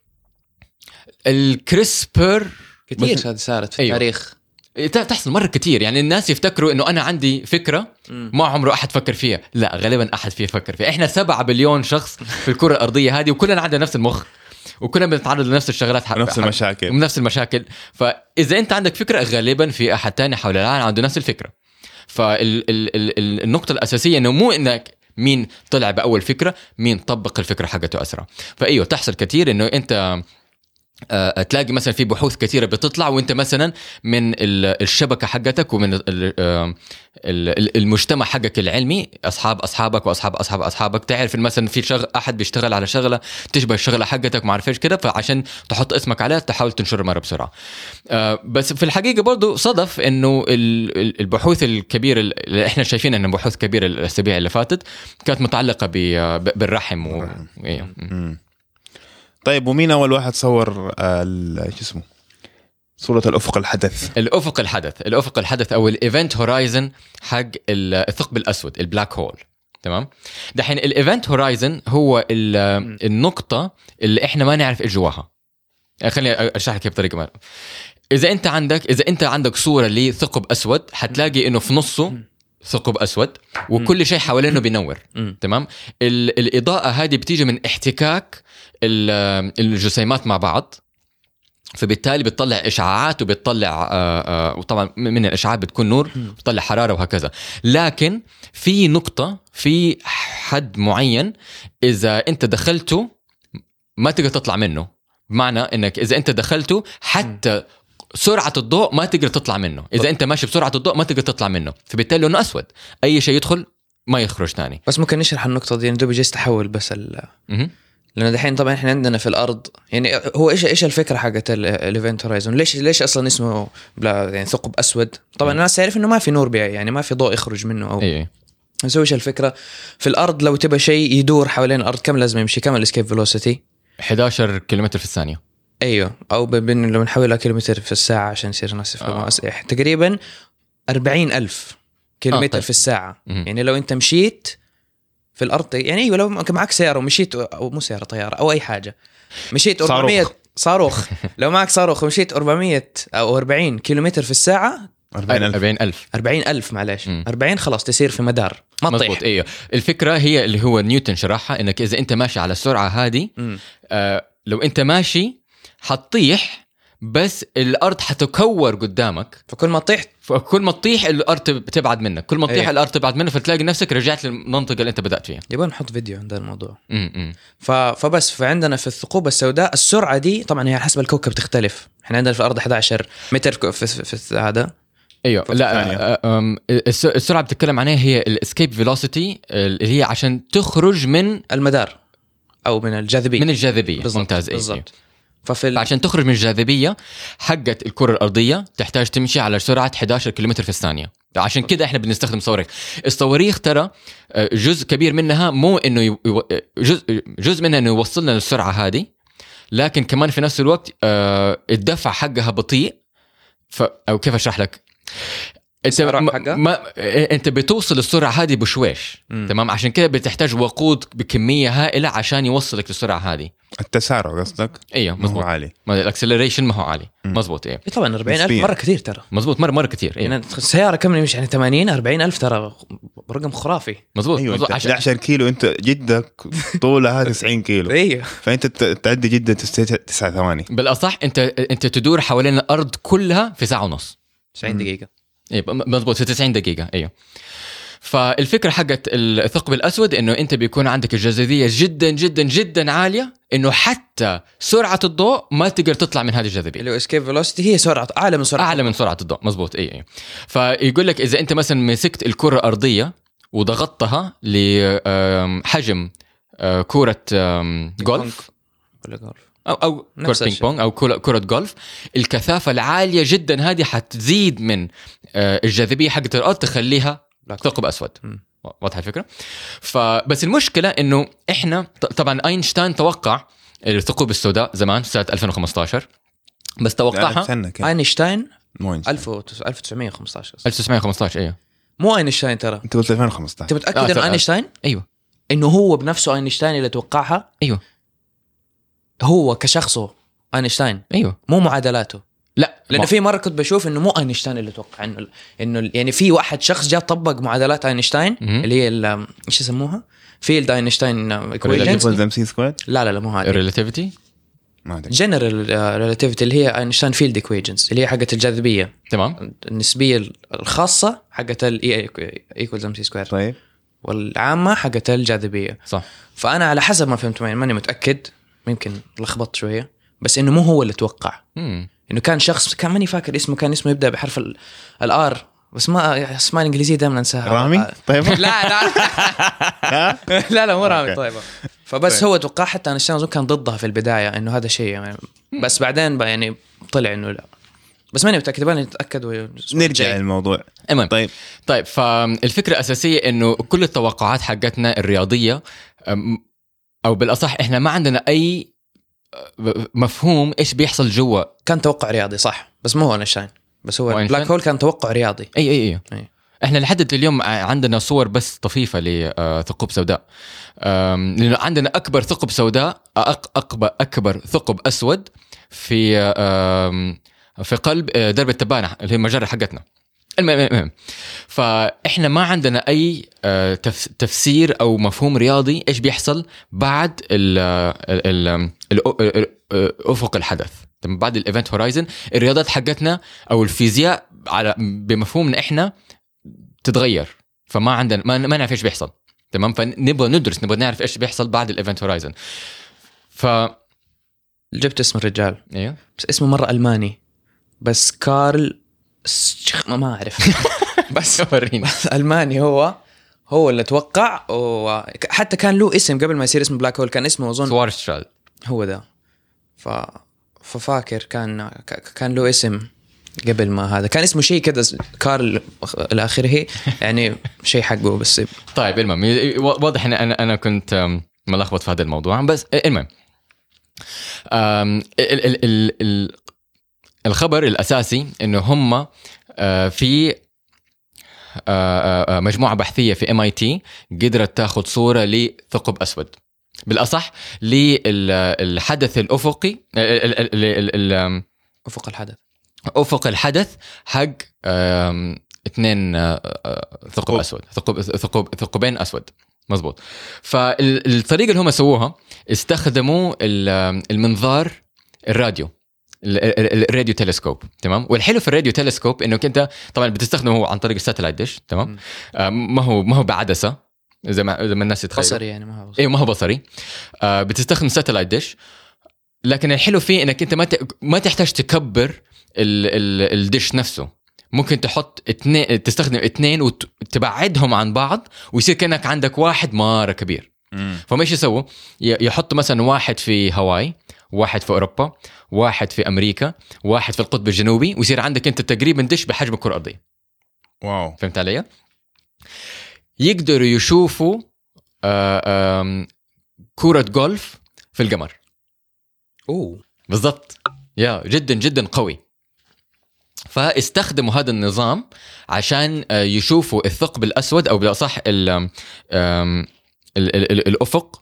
الكريسبر كتير هذا صارت في أيوة. التاريخ تحصل مرة كتير. يعني الناس يفتكروا إنه أنا عندي فكرة ما عمره أحد فكر فيها. لا، غالبا أحد فيه فكر فيها. إحنا سبعة بليون شخص في الكرة الأرضية هذه، وكلنا عندنا نفس المخ، وكلنا بنتعرض لنفس الشغلات حق نفس المشاكل ونفس المشاكل. فإذا أنت عندك فكرة غالبا في أحد تاني حول العالم عنده نفس الفكرة. فالنقطة الأساسية إنه مو إنك مين طلع بأول فكرة، مين طبق الفكرة حقته أسرع. فأيوه تحصل كتير إنه أنت أه تلاقي مثلا في بحوث كثيرة بتطلع وانت مثلا من الشبكة حقتك ومن المجتمع حقك العلمي، أصحاب أصحابك وأصحاب أصحاب أصحابك، تعرف مثلا في شغل أحد بيشتغل على شغلة تشبه الشغلة حقتك ما عارفش كده، فعشان تحط اسمك عليها تحاول تنشر مرة بسرعة. أه بس في الحقيقة برضو صدف إنه البحوث الكبيرة اللي إحنا شايفين إنه بحوث كبيرة الأسابيع اللي فاتت كانت متعلقة بالرحم و... طيب ومين أول واحد صور شو اسمه صورة الأفق الحدث؟ الأفق الحدث الأفق الحدث أو الإيفنت هورايزن حق الثقب الأسود، البلاك هول. تمام. دحين الإيفنت هورايزن هو النقطة اللي إحنا ما نعرف إيش جواها. خليني أشرح لك بطريقة ما. إذا أنت عندك إذا أنت عندك صورة لثقب أسود حتلاقي إنه في نصه ثقب أسود وكل شيء حوالينه بينور. تمام. الإضاءة هذه بتيجي من احتكاك الجسيمات مع بعض، فبالتالي بتطلع إشعاعات وبتطلع وطبعا من الإشعاعات بتكون نور، بتطلع حرارة وهكذا. لكن في نقطة في حد معين إذا أنت دخلته ما تقدر تطلع منه. بمعنى إنك إذا أنت دخلته حتى سرعة الضوء ما تقدر تطلع منه. إذا أنت ماشي بسرعة الضوء ما تقدر تطلع منه، فبالتالي لونه أسود، أي شيء يدخل ما يخرج تاني. بس ممكن نشرح النقطة دي ندوب جيس تحول بس ال لأن دحين طبعا إحنا عندنا في الأرض يعني هو إيش إيش الفكرة حقت الإيفنت هورايزون؟ ليش ليش أصلا اسمه بلا يعني ثقب أسود؟ طبعا الناس تعرف إنه ما في نور بيع يعني ما في ضوء يخرج منه أو إيه. بس إيش الفكرة في الأرض؟ لو تبى شيء يدور حوالين الأرض كم لازم يمشي؟ كم الإسكيب فيلوسيتي؟ إحدى عشر كيلومتر في الثانية. أيوه، أو بين لو نحولها كيلومتر في الساعة عشان يصير الناس يفهموا. آه. تقريبا أربعين ألف كيلومتر آه طيب. في الساعة. م- يعني لو أنت مشيت في الأرض يعني أيوة لو معك سيارة ومشيت أو مو سيارة طيارة أو أي حاجة مشيت أربعمية صاروخ لو معك صاروخ ومشيت أربعمية أو أربعين كيلومتر في الساعة أربعين ألف أربعين ألف معلش أربعين خلاص تصير في مدار ما تطيح. مظبوط. ايوه الفكره هي اللي هو نيوتن شرحها انك اذا انت ماشي على السرعه هذه آه لو انت ماشي حتطيح بس الارض حتكور قدامك فكل ما تطيح فكل ما تطيح الارض تبعد منك كل ما تطيح ايه. الارض تبعد منك فتلاقي نفسك رجعت للمنطقه اللي انت بدات فيها. يبغى نحط فيديو عن هذا الموضوع. امم ف... فبس فعندنا في الثقوب السوداء السرعه دي طبعا هي حسب الكوكب تختلف. احنا عندنا في الارض أحد عشر متر في, في, في هذا ايوه لا السرعه بتتكلم عنها هي الاسكيب فيلوسيتي اللي هي عشان تخرج من المدار او من الجاذبيه من الجاذبيه. بالزبط. ممتاز. بالضبط. ففي عشان تخرج من الجاذبيه حقت الكره الارضيه تحتاج تمشي على سرعه إحدى عشر كيلومتر في الثانيه. عشان كده احنا بنستخدم صواريخ. الصواريخ ترى جزء كبير منها مو انه يو... جزء جزء منها انه يوصلنا للسرعه هذه لكن كمان في نفس الوقت الدفع حقها بطيء. ف... او كيف اشرح لك انت ما... ما انت بتوصل السرعه هذه بشويش. م. تمام عشان كده بتحتاج وقود بكميه هائله عشان يوصلك للسرعه هذه. التسارع قصدك؟ ايوه مظبوط عالي. ما الاكسلريشن ما هو عالي. مظبوط. ايه طبعا أربعين ألف مره كثير ترى. مظبوط مره مره كثير. يعني السياره كم مش يعني ثمانين أربعين ألف ترى رقم خرافي. مظبوط. أيوة مظبوط. أحد عشر كيلو انت جدك طولها تسعين كيلو. ايوه فانت تعدي جده تسعة ثواني. بالاصح انت انت تدور حوالين الارض كلها في ساعه ونص تسعين دقيقه. ايه مظبوط في تسعين دقيقه. ايوه فالفكره حقت الثقب الاسود انه انت بيكون عندك الجاذبيه جدا جدا جدا عاليه انه حتى سرعه الضوء ما تقدر تطلع من هذه الجاذبيه. اللي هو اسكيب فيلوسيتي هي سرعه اعلى من سرعه اعلى من سرعه الضوء. مظبوط. اي اي فيقول لك اذا انت مثلا مسكت الكره الارضيه وضغطتها لحجم كره جولف او او كره بينج بونج او كره جولف الكثافه العاليه جدا هذه حتزيد من الجاذبيه حقت الارض تخليها ثقب اسود. واضحه الفكره. فبس المشكله انه احنا طبعا اينشتاين توقع الثقوب السوداء زمان سنه ألفين وخمسة عشر بس توقعها اينشتاين ألف وتسعمية وخمسة عشر ألف وتسعمية وخمسة عشر. ايوه مو اينشتاين ترى انت قلت ألفين وخمسة عشر. انت متاكد انه اينشتاين؟ ايوه انه هو بنفسه اينشتاين اللي توقعها. ايوه هو كشخصه اينشتاين. ايوه مو معادلاته. لا لانه في مره كنت بشوف انه مو اينشتاين اللي توقع انه انه يعني في واحد شخص جاء طبق معادلات اينشتاين اللي هي ايش يسموها فيلد اينشتاين ايكويشنز. لا لا لا مو هذه الريلاتيفيتي جنرال ريلاتيفيتي اللي هي اينشتاين فيلد ايكويشنز اللي هي حقت الجاذبيه. تمام. النسبيه الخاصه حقت الاي ايكوالز ام سي سكوير. طيب. والعامه حقت الجاذبيه. صح. فانا على حسب ما فهمت ماني متاكد يمكن لخبطت شويه بس انه مو هو اللي توقع. مم. انه كان شخص كان ماني فاكر اسمه كان اسمه يبدا بحرف الار بس ما اسماء الانجليزيه دائما انساها. رامي. طيب لا لا لا لا مو رامي. طيب فبس هو توقع حتى انا الشخص كان ضدها في البدايه انه هذا شيء يعني بس بعدين يعني طلع انه لا بس ماني متاكد باني نتاكد نرجع الموضوع. المهم طيب طيب فالفكره الاساسيه انه كل التوقعات حقتنا الرياضيه او بالاصح احنا ما عندنا اي مفهوم ايش بيحصل جوا. كان توقع رياضي صح بس مو هو اينشتاين بس هو بلاك هول كان توقع رياضي. اي اي اي, أي. احنا لحد اليوم عندنا صور بس طفيفه لثقوب سوداء لانه عندنا اكبر ثقب سوداء اكبر اكبر ثقب اسود في في قلب درب التبانه اللي هي المجره حقتنا. المهم فاحنا ما عندنا اي تفسير او مفهوم رياضي ايش بيحصل بعد الافق الحدث بعد الايفنت هورايزن. الرياضات حقتنا او الفيزياء على بمفهومنا احنا تتغير فما عندنا ما, ما نعرف ايش بيحصل. تمام. فنبغى ندرس نبغى نعرف ايش بيحصل بعد الايفنت هورايزن. ف جبت اسم الرجال. ايوه بس اسمه مره الماني بس كارل ما أعرف بس وريني ألماني. هو هو اللي توقع وحتى كان له اسم قبل ما يصير اسم بلاك هول كان اسمه أظن سوارشتراد. هو ده. ف ففاكر كان كان له اسم قبل ما هذا كان اسمه شيء كذا كارل الآخره يعني شيء حقه بس. طيب المهم واضح إن أنا أنا كنت ملخبط في هذا الموضوع بس المهم ال ال ال الخبر الأساسي إنه هم في مجموعة بحثية في إم آي تي قدرت تأخذ صورة لثقب أسود بالأصح للحدث الأفقي أفق الحدث افق الحدث حق اثنين ثقب اسود ثقب ثقب ثقبين اسود مزبوط. فالطريقه اللي هم سووها استخدموا المنظار الراديو الراديو تلسكوب تمام. والحلو في الراديو تلسكوب انه انت طبعا بتستخدمه عن طريق الساتلايت ديش تمام. ما هو ما هو بعدسه زي ما زي ما الناس تتخيل بصري يعني ما هو ايوه ما هو بصري. آه بتستخدم ساتلايت ديش لكن الحلو فيه انك انت ما ما تحتاج تكبر ال ال الديش نفسه. ممكن تحط اثنين تستخدم اثنين وتبعدهم عن بعض ويصير كأنك عندك واحد مارة كبير. فما ايش يسووا يحطوا مثلا واحد في هاواي واحد في أوروبا واحد في أمريكا واحد في القطب الجنوبي ويصير عندك انت تقريبا ديش بحجم الكرة الأرضية. واو فهمت علي؟ يقدروا يشوفوا آآ آآ كرة جولف في القمر. اوه بالضبط يا جدا جدا قوي. فاستخدموا هذا النظام عشان يشوفوا الثقب الأسود أو بالأصح ال الأفق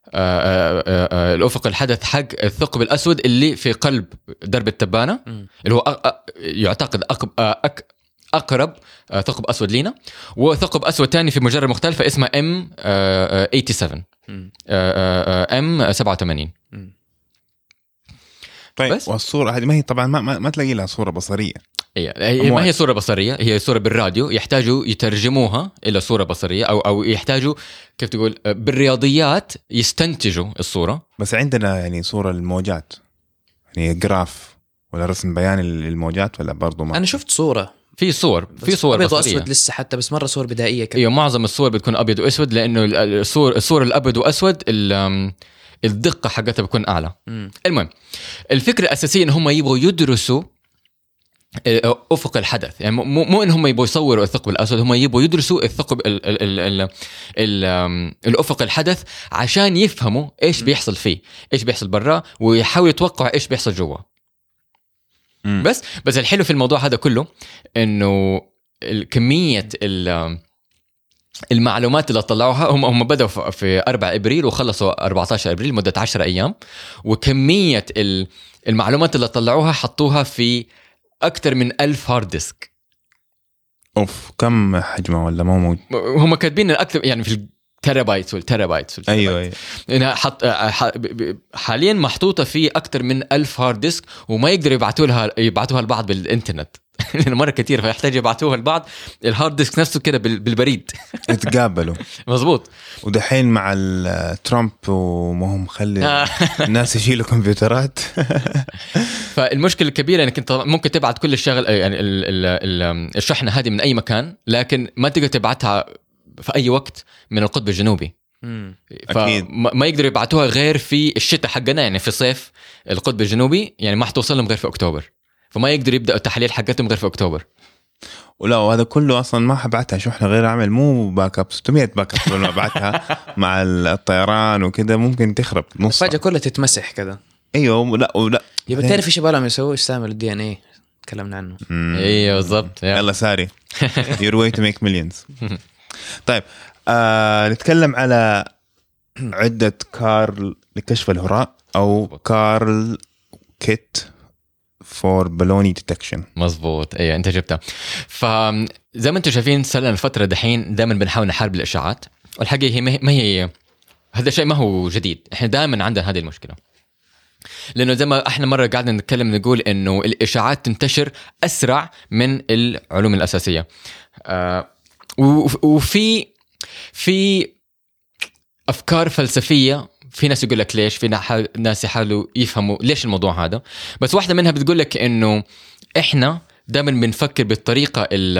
الأفق الحدث حق الثقب الأسود اللي في قلب درب التبانة اللي هو يعتقد أقرب ثقب أسود لينا. وثقب أسود تاني في مجرة مختلفة اسمها إم سبعة وثمانين إم سبعة وثمانين. طيب بس. والصورة هذه ما هي طبعا ما, ما, ما تلاقي لها صورة بصرية. هي, هي ما هي صورة بصرية هي صورة بالراديو يحتاجوا يترجموها إلى صورة بصرية أو أو يحتاجوا كيف تقول بالرياضيات يستنتجوا الصورة. بس عندنا يعني صورة الموجات يعني جراف ولا رسم بياني للموجات ولا برضو ما. أنا شفت صورة في صور في صور أبيض بصرية وأسود لسه حتى بس مرة صور بدائية كده. ايوه معظم الصور بتكون أبيض وأسود لأنه الصور الصور الأبيض وأسود الدقة حقتها بتكون أعلى. م. المهم الفكرة الأساسية إن هم يبغوا يدرسوا أفق الحدث يعني مو مو إن هم يبغوا يصوروا الثقب الأسود هم يبغوا يدرسوا الثقب ال ال ال ال ال الأفق الحدث عشان يفهموا إيش بيحصل فيه إيش بيحصل برا ويحاولوا يتوقعوا إيش بيحصل جوا. بس بس الحلو في الموضوع هذا كله إنه كمية المعلومات اللي طلعوها هم هم بدأوا في أربعة إبريل وخلصوا أربعة عشر إبريل مدة عشرة أيام. وكمية المعلومات اللي طلعوها حطوها في أكثر من ألف هارد ديسك. أوف كم حجمه ولا مو موجود؟ هم كاتبين الأكثر يعني في التيرابايتس والتيرابايتس أيوة أيوة. إنها حط حاليا محطوطة في أكثر من ألف هارد ديسك وما يقدروا يبعتوا لها يبعتوها لبعض بالإنترنت لأنه مرة كتير فيحتاج يبعتوها لبعض الهارد ديسك نفسه كده بالبريد يتقابلوا. مظبوط. ودحين مع ترامب ومهم خلي الناس يشيلوا كمبيوترات. فالمشكلة الكبيرة انك انت ممكن تبعت كل الشغل يعني ال ال ال الشحنة هذه من اي مكان لكن ما تقدر تبعتها في اي وقت من القطب الجنوبي. فما يقدروا يبعتوها غير في الشتاء حقنا يعني في صيف القطب الجنوبي يعني ما حتوصل لهم غير في اكتوبر. فما يقدر يبدأ التحليل حقتهم غير في أكتوبر. ولا وهذا كله أصلا ما حبعتها شحنة غير أعمل مو باك اب ستمية باك اب لما بعتها مع الطيران وكده ممكن تخرب نص فجأة كلها تتمسح كذا. أيوة لا ولا يبقى تعرف إيش بالهم يسووا يستعمل الدي إن إيه تكلمنا عنه. أيوة بالضبط. يلا ساري your way to make millions. طيب آه نتكلم على عدة كارل لكشف الهراء أو كارل كيت for baloney detection. مظبوط ايوه انت جبتها. فزي ما انتم شايفين صار لنا الفتره دحين دائما بنحاول نحارب الاشاعات والحقيقه هي ما هي هذا شيء ما هو جديد. احنا دائما عندنا هذه المشكله لانه زي ما احنا مره قاعدين نتكلم نقول انه الاشاعات تنتشر اسرع من العلوم الاساسيه. آه وفي في افكار فلسفيه في ناس يقول لك ليش في ناس يحاولوا يفهموا ليش الموضوع هذا. بس واحدة منها بتقول لك إنه إحنا دائما بنفكر بالطريقة ال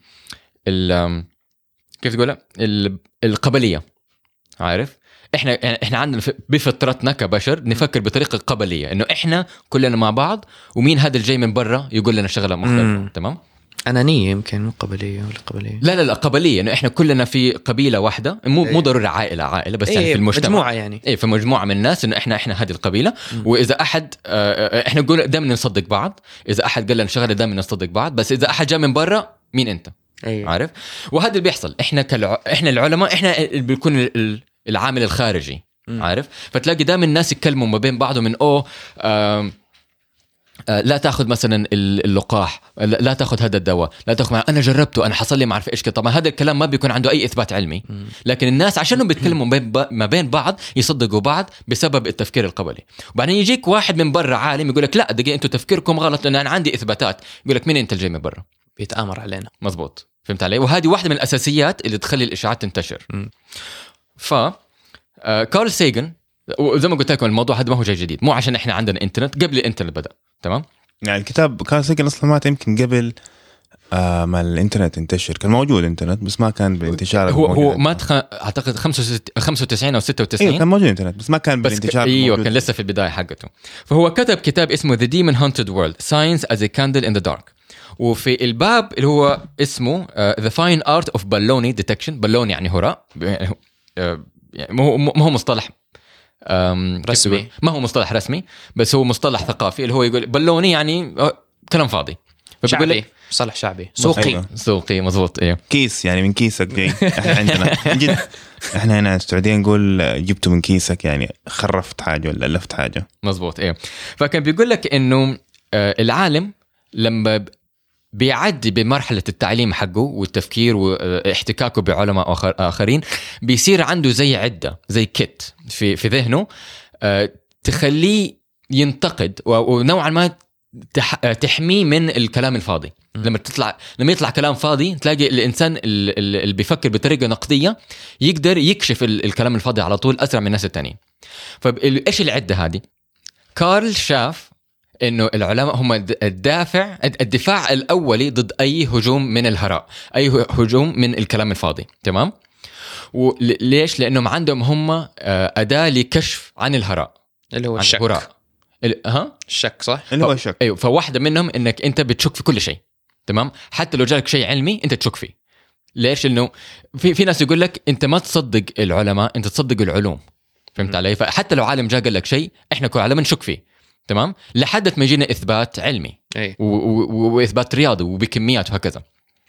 ال كيف تقولها القبلية. عارف إحنا إحنا عندنا بفطرتنا كبشر نفكر بطريقة قبلية إنه إحنا كلنا مع بعض ومين هذا الجاي من برا يقول لنا شغلة مختلفة. تمام أنانية يمكن مو قبلية ولا قبلية. لا لا لا قبلية إنه إحنا كلنا في قبيلة واحدة مو إيه. مو ضروري عائلة عائلة بس إيه يعني في المجتمع مجموعة يعني إيه في مجموعة من الناس إنه إحنا إحنا هذه القبيلة. م. وإذا أحد آه إحنا نقول دائما نصدق بعض. إذا أحد قال لنا شغلة دائما نصدق بعض. بس إذا أحد جاء من برا مين أنت؟ أيه. عارف وهذا اللي بيحصل. إحنا كالع... إحنا العلماء إحنا بيكون العامل الخارجي. م. عارف فتلاقي دائما الناس يتكلموا ما بين بعضهم من أو آه لا تاخذ مثلا اللقاح، لا تاخذ هذا الدواء، لا تاخذ مع... انا جربته انا حصل لي ما اعرف ايش كده. طبعا هذا الكلام ما بيكون عنده اي اثبات علمي، لكن الناس عشانهم بيتكلموا ما بين بعض يصدقوا بعض بسبب التفكير القبلي. وبعدين يجيك واحد من برا عالم يقول لك لا دقيقه انتوا تفكيركم غلط لان انا عندي اثباتات. يقول لك مين انت الجاي من برا؟ بيتآمر علينا. مزبوط، فهمت علي؟ وهذه واحدة من الاساسيات اللي تخلي الاشاعات تنتشر. ف آه كارل سيغن، وزي ما قلت لكم الموضوع هذا ما هو شيء جديد، مو عشان احنا عندنا انترنت، قبل الانترنت بدا. تمام، يعني الكتاب كارل سيغن اصلا مات يمكن قبل آه ما الانترنت انتشر. كان موجود انترنت بس ما كان بالانتشار. هو هو مات خ... اعتقد خمسة وتسعين او ستة وتسعين. ايوه كان موجود انترنت بس ما كان بالانتشار. ايوه كان لسه في البدايه حقته. فهو كتب كتاب اسمه The Demon Haunted World Science as a Candle in the Dark. وفي الباب اللي هو اسمه uh, The Fine Art of Baloney Detection. بالون يعني هراء، يعني ما هو ما هو مصطلح رسمي، ما هو مصطلح رسمي بس هو مصطلح ثقافي اللي هو يقول بالوني يعني كلام فاضي. فبيقول لك مصطلح شعبي سوقي. سوقي مزبوط. ايوه كيس يعني من كيسك جاي. احنا عندنا جد احنا هنا السعودية نقول جبته من كيسك يعني خرفت حاجة ولا لفت حاجة. مزبوط. ايوه فكان بيقول لك انه العالم لما بيعدي بمرحلة التعليم حقه والتفكير واحتكاكه بعلماء آخرين بيصير عنده زي عدة زي كيت في في ذهنه تخليه ينتقد ونوعا ما تحميه من الكلام الفاضي. لما تطلع لما يطلع كلام فاضي تلاقي الإنسان اللي بيفكر بطريقة نقدية يقدر يكشف الكلام الفاضي على طول أسرع من الناس التانيين. فإيش العدة هذه؟ كارل شاف إنه العلماء هم الدافع الدفاع الأولي ضد أي هجوم من الهراء، أي هجوم من الكلام الفاضي. تمام؟ وليش؟ لأنهم عندهم هم أداة لكشف عن الهراء اللي هو الشك. الهراء. ها؟ الشك صح؟ اللي هو الشك. أيوه. فواحدة منهم إنك أنت بتشك في كل شيء. تمام؟ حتى لو جالك شيء علمي أنت تشك فيه. ليش؟ إنه في في ناس يقول لك أنت ما تصدق العلماء، أنت تصدق العلوم. فهمت علي؟ فحتى لو عالم جاء قال لك شيء إحنا كعلماء نشك فيه. تمام؟ لحد ما يجينا إثبات علمي أي. و- و- وإثبات رياضي وبكميات وهكذا.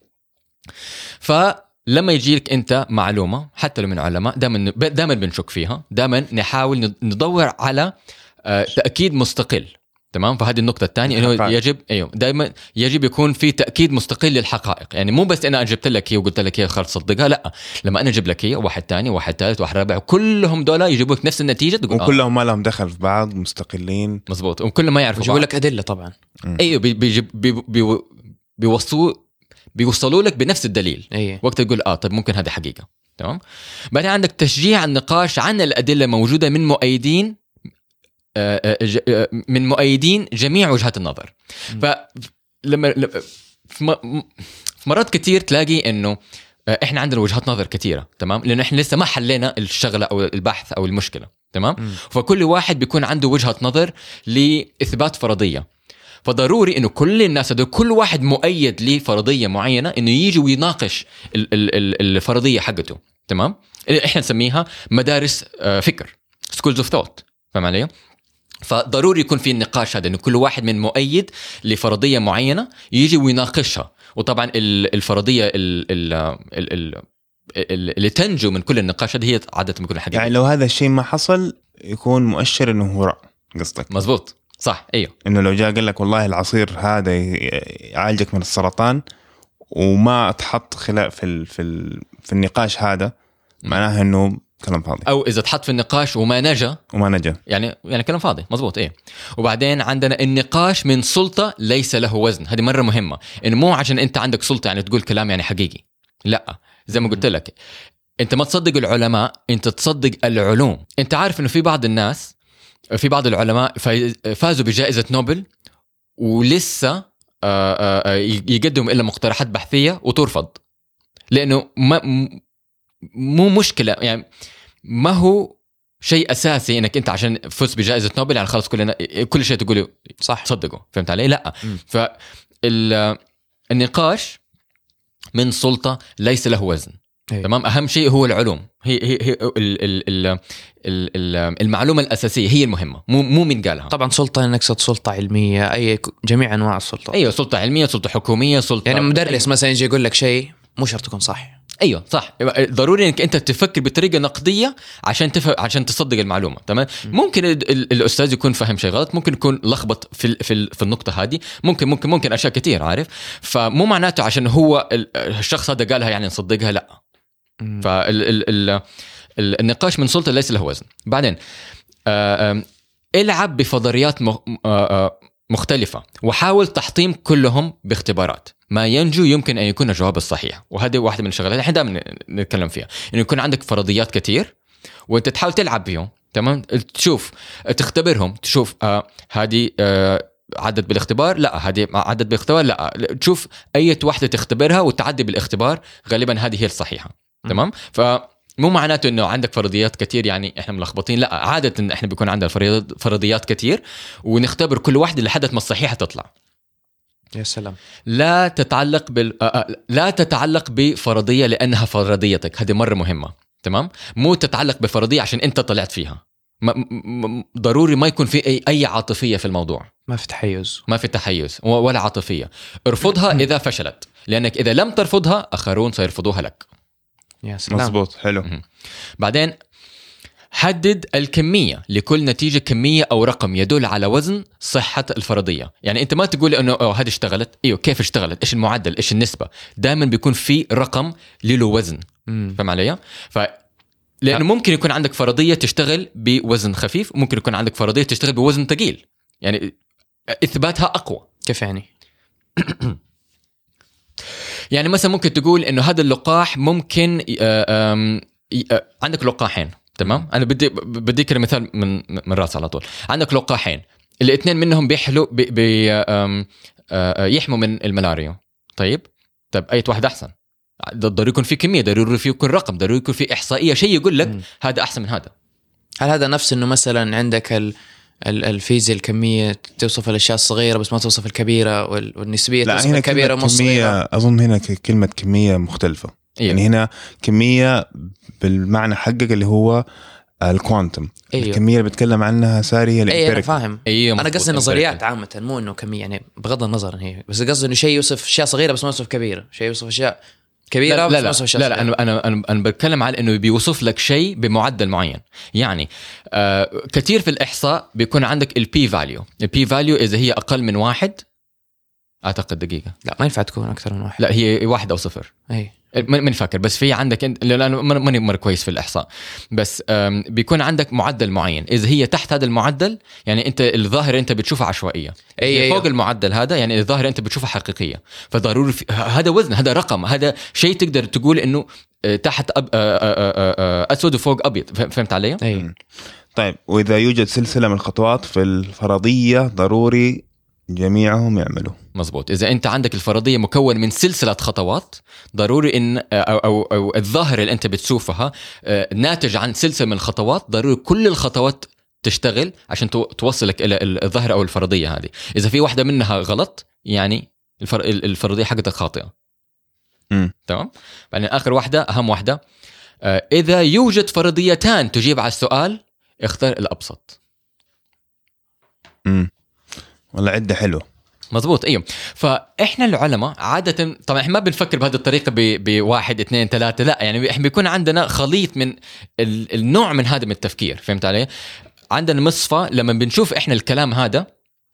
فلما يجيلك أنت معلومة حتى لو من علماء دائما دائما بنشك فيها، دائما نحاول ندور على تأكيد مستقل. تمام؟ فهذه النقطة الثانية إنه يجب أيوه دائما يجب يكون في تأكيد مستقل للحقائق. يعني مو بس أنا جبت لك هي وقلت لك هي خلاص تصدقها، لا، لما أنا أجيب لك هي واحد تاني واحد ثالث واحد رابع كلهم دول يجيبوك نفس النتيجة تقول وكلهم ما لهم دخل في بعض، مستقلين. مزبوط. وكلهم ما يعرفوا يجيبوا لك أدلة طبعا. أيوه بيجيب بي بي بيوصلوا بيوصلوا لك بنفس الدليل. أيه. وقت تقول آه طيب ممكن هذه حقيقة. تمام؟ بعدين عندك تشجيع النقاش عن الأدلة موجودة من مؤيدين من مؤيدين جميع وجهات النظر. فلما في مرات كتير تلاقي انه احنا عندنا وجهات نظر كتيرة. تمام؟ لانه احنا لسه ما حلينا الشغلة او البحث او المشكلة. تمام؟ م. فكل واحد بيكون عنده وجهة نظر لإثبات فرضية. فضروري انه كل الناس هذول كل واحد مؤيد لفرضية معينة انه يجي ويناقش الفرضية حقته. تمام؟ احنا نسميها مدارس فكر، schools of thought. فهم علي؟ فضروري يكون في النقاش هذا، إنه كل واحد من مؤيد لفرضية معينة يجي ويناقشها. وطبعا الفرضية اللي تنجو من كل النقاش هذه هي عادة بتكون حقيقية. يعني لو هذا الشيء ما حصل يكون مؤشر إنه هو رأ قصدك. مزبوط صح. أيوه إنه لو جاء قال لك والله العصير هذا يعالجك من السرطان وما اتحط خلاف في ال في ال في النقاش هذا، معناها إنه كلام فاضي. او اذا تحط في النقاش وما نجا وما نجا يعني يعني كلام فاضي. مزبوط. ايه. وبعدين عندنا النقاش من سلطه ليس له وزن. هذه مره مهمه، انه مو عشان انت عندك سلطه يعني تقول كلام يعني حقيقي. لا، زي ما قلت لك انت ما تصدق العلماء، انت تصدق العلوم. انت عارف انه في بعض الناس، في بعض العلماء فازوا بجائزه نوبل ولسه يقدموا الا مقترحات بحثيه وترفض، لانه ما مو مشكلة. يعني ما هو شيء أساسي إنك أنت عشان فزت بجائزة نوبل يعني خلاص كلنا كل شيء تقوله صح صدقه. فهمت علي؟ لا. فالنقاش من سلطة ليس له وزن. أيه. تمام؟ أهم شيء هو العلوم. هي هي, هي ال ال ال ال المعلومة الأساسية هي المهمة، مو مو من قالها. طبعا سلطة نقصد سلطة علمية، أي جميع أنواع السلطة. أيوة، سلطة علمية، سلطة حكومية، سلطة يعني مدرس مثلا يجي يقول لك شيء مو شرط يكون صح. ايوه صح، ضروري انك انت تفكر بطريقه نقديه عشان تفهم عشان تصدق المعلومه. تمام. ممكن ال- ال- الاستاذ يكون فاهم شيء غلط، ممكن يكون لخبط في ال- في ال- في النقطه هذه، ممكن ممكن ممكن اشياء كتير، عارف. فمو معناته عشان هو ال- الشخص هذا قالها يعني نصدقها، لا. فالنقاش من سلطه ليس له وزن. بعدين آه، آه، العب بفضريات مخ- آه، آه، مختلفة وحاول تحطيم كلهم باختبارات. ما ينجو يمكن أن يكون الجواب الصحيح، وهذه واحدة من الشغلات اللي احنا دائما نتكلم فيها، إنه يكون عندك فرضيات كتير وأنت تحاول تلعب بيهم. تمام. تشوف تختبرهم، تشوف آه هذه آه عدت بالاختبار، لا هذه عدت بالاختبار، لا تشوف أي واحدة تختبرها وتعدي بالاختبار، غالبا هذه هي الصحيحة. تمام. ف مو معناته انه عندك فرضيات كتير يعني احنا ملخبطين، لا، عاده إن احنا بيكون عندنا فرضيات كتير ونختبر كل واحده لحد ما الصحيحه تطلع. يا سلام. لا تتعلق بال لا تتعلق بفرضيه لانها فرضيتك، هذه مره مهمه. تمام. مو تتعلق بفرضيه عشان انت طلعت فيها. م... م... ضروري ما يكون في اي اي عاطفيه في الموضوع، ما في تحيز، ما في تحيز ولا عاطفيه. ارفضها اذا فشلت، لانك اذا لم ترفضها اخرون سيرفضوها لك. يا سلام. مزبوط. حلو. بعدين حدد الكمية لكل نتيجة، كمية أو رقم يدل على وزن صحة الفرضية. يعني أنت ما تقول أنه هذه اشتغلت، إيوه كيف اشتغلت، إيش المعدل، إيش النسبة. دائما بيكون في رقم له وزن. فهم علي؟ ف لأنه ممكن يكون عندك فرضية تشتغل بوزن خفيف، ممكن يكون عندك فرضية تشتغل بوزن ثقيل، يعني إثباتها أقوى. كيف يعني؟ يعني مثلا ممكن تقول إنه هذا اللقاح ممكن آه آه عندك لقاحين. تمام. أنا بدي بدي كده مثال من من رأس على طول. عندك لقاحين، الاثنين منهم بيحلو بي بي يحموا من الملاريا. طيب طيب أي واحد أحسن؟ ضروري يكون في كمية، ضروري يكون رقم، ضروري يكون في إحصائية، شيء يقول لك م. هذا أحسن من هذا. هل هذا نفس إنه مثلا عندك ال الفيزياء الكمية توصف الأشياء الصغيرة بس ما توصف الكبيرة، والنسبية توصف الكبيرة مو الصغيرة؟ أظن هنا كلمة كمية مختلفة. أيوه. يعني هنا كمية بالمعنى حقك اللي هو الكوانتم. أيوه. الكمية اللي بتكلم عنها ساري هي الامبيريك. أيوه فاهم. أيوه أنا قصدي نظريات عامة، مو إنه كمية، يعني بغض النظر هي، بس قصدي إنه شيء يوصف أشياء صغيرة بس ما يوصف كبيرة، شيء يوصف أشياء كبيرة لا بس لا ما يوصف أشياء لا, لا, لا أنا أنا أنا بتكلم عن إنه بيوصف لك شيء بمعدل معين. يعني آه كثير في الإحصاء بيكون عندك البي فاليو. البي فاليو إذا هي أقل من واحد أعتقد دقيقة، لا ما ينفع تكون أكثر من واحد. لا هي واحد أو صفر. أي ماني فاكر، بس في عندك انت، لانه ماني مره كويس في الاحصاء، بس بيكون عندك معدل معين. اذا هي تحت هذا المعدل يعني انت الظاهر انت بتشوفها عشوائيه. أي فوق أيوه. المعدل هذا يعني الظاهر انت بتشوفها حقيقيه. فضروري في... هذا وزن، هذا رقم، هذا شيء تقدر تقول انه تحت أب... اسود وفوق ابيض. فهمت علي؟ أي. طيب واذا يوجد سلسله من الخطوات في الفرضيه ضروري جميعهم يعملوا. مزبوط. إذا أنت عندك الفرضية مكون من سلسلة خطوات، ضروري إن أو أو, أو الظاهرة اللي أنت بتشوفها ناتج عن سلسلة من الخطوات، ضروري كل الخطوات تشتغل عشان توصلك إلى الظاهرة أو الفرضية هذه. إذا في واحدة منها غلط يعني الفر... الفرضية حقتك خاطئة. امم تمام. بعدين آخر واحدة أهم واحدة، إذا يوجد فرضيتان تجيب على السؤال اختار الأبسط. امم والله عدة حلو. مزبوط. ايوه. فاحنا العلماء عاده طبعا احنا ما بنفكر بهذه الطريقه بواحد اثنين ثلاثه، لا، يعني احنا بيكون عندنا خليط من النوع من هذا من التفكير. فهمت علي؟ عندنا مصفى، لما بنشوف احنا الكلام هذا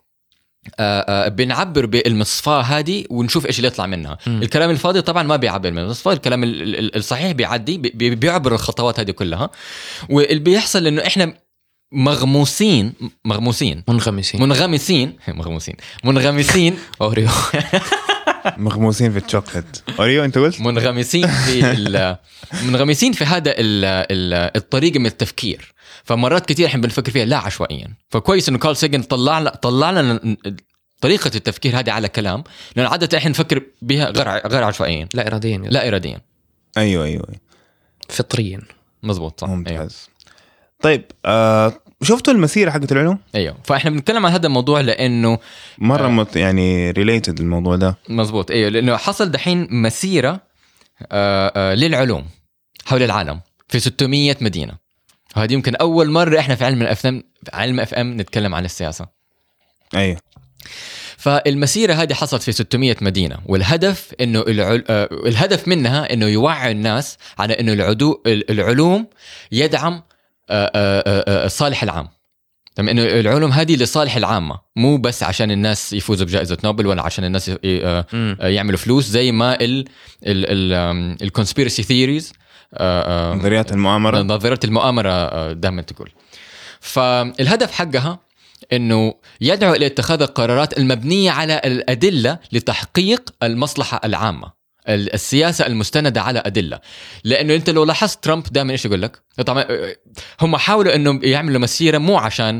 آآ آآ بنعبر بالمصفاه هذه ونشوف ايش اللي يطلع منها. م. الكلام الفاضي طبعا ما بيعبر من المصفاه، الكلام الصحيح بيعدي بي بيعبر الخطوات هذه كلها. واللي بيحصل انه احنا مغموسين مغموسين منغمسين منغمسين مغموسين منغمسين أوريو مغموسين في الشوكليت أوريو. أنت قلت منغمسين في منغمسين في هذا الطريقة من التفكير. فمرات كتير احنا بنفكر فيها لا عشوائيا. فكويس إنه كارل ساجن طلع طلع لنا طريقة التفكير هذه على كلام، لأن عادة احنا نفكر بها غير غير عشوائيا، لا إراديا لا إراديا. أيوة أيوة فطريا. مزبوط صح. ممتاز. أيوة. طيب آه شفتوا المسيرة حقت العلوم؟ ايوه. فاحنا بنتكلم عن هذا الموضوع لانه مره آه مت يعني ريليتد الموضوع ده. مزبوط. ايوه، لانه حصل دحين مسيره آه آه للعلوم حول العالم في ستمية مدينه، وهذه يمكن اول مره احنا في علم الاف ام علم اف ام نتكلم عن السياسه. ايوه. فالمسيرة هذه حصلت في ستمية مدينة، والهدف إنه العل... آه الهدف منها إنه يوعي الناس على إنه العدو... العلوم يدعم آه آه الصالح العام. تمام، إنه العلوم هذه لصالح العامة، مو بس عشان الناس يفوزوا بجائزة نوبل ولا عشان الناس ي... آه يعملوا فلوس زي ما ال ال ال الكونسبيرسي ثيوريز، نظريات المؤامرة نظريات المؤامرة دائما تقول. فالهدف حقها إنه يدعو إلى اتخاذ القرارات المبنية على الأدلة لتحقيق المصلحة العامة، السياسة المستندة على أدلة. لأنه أنت لو لاحظت ترامب دائما إيش يقول لك؟ طبعا هم حاولوا إنه يعملوا مسيرة مو عشان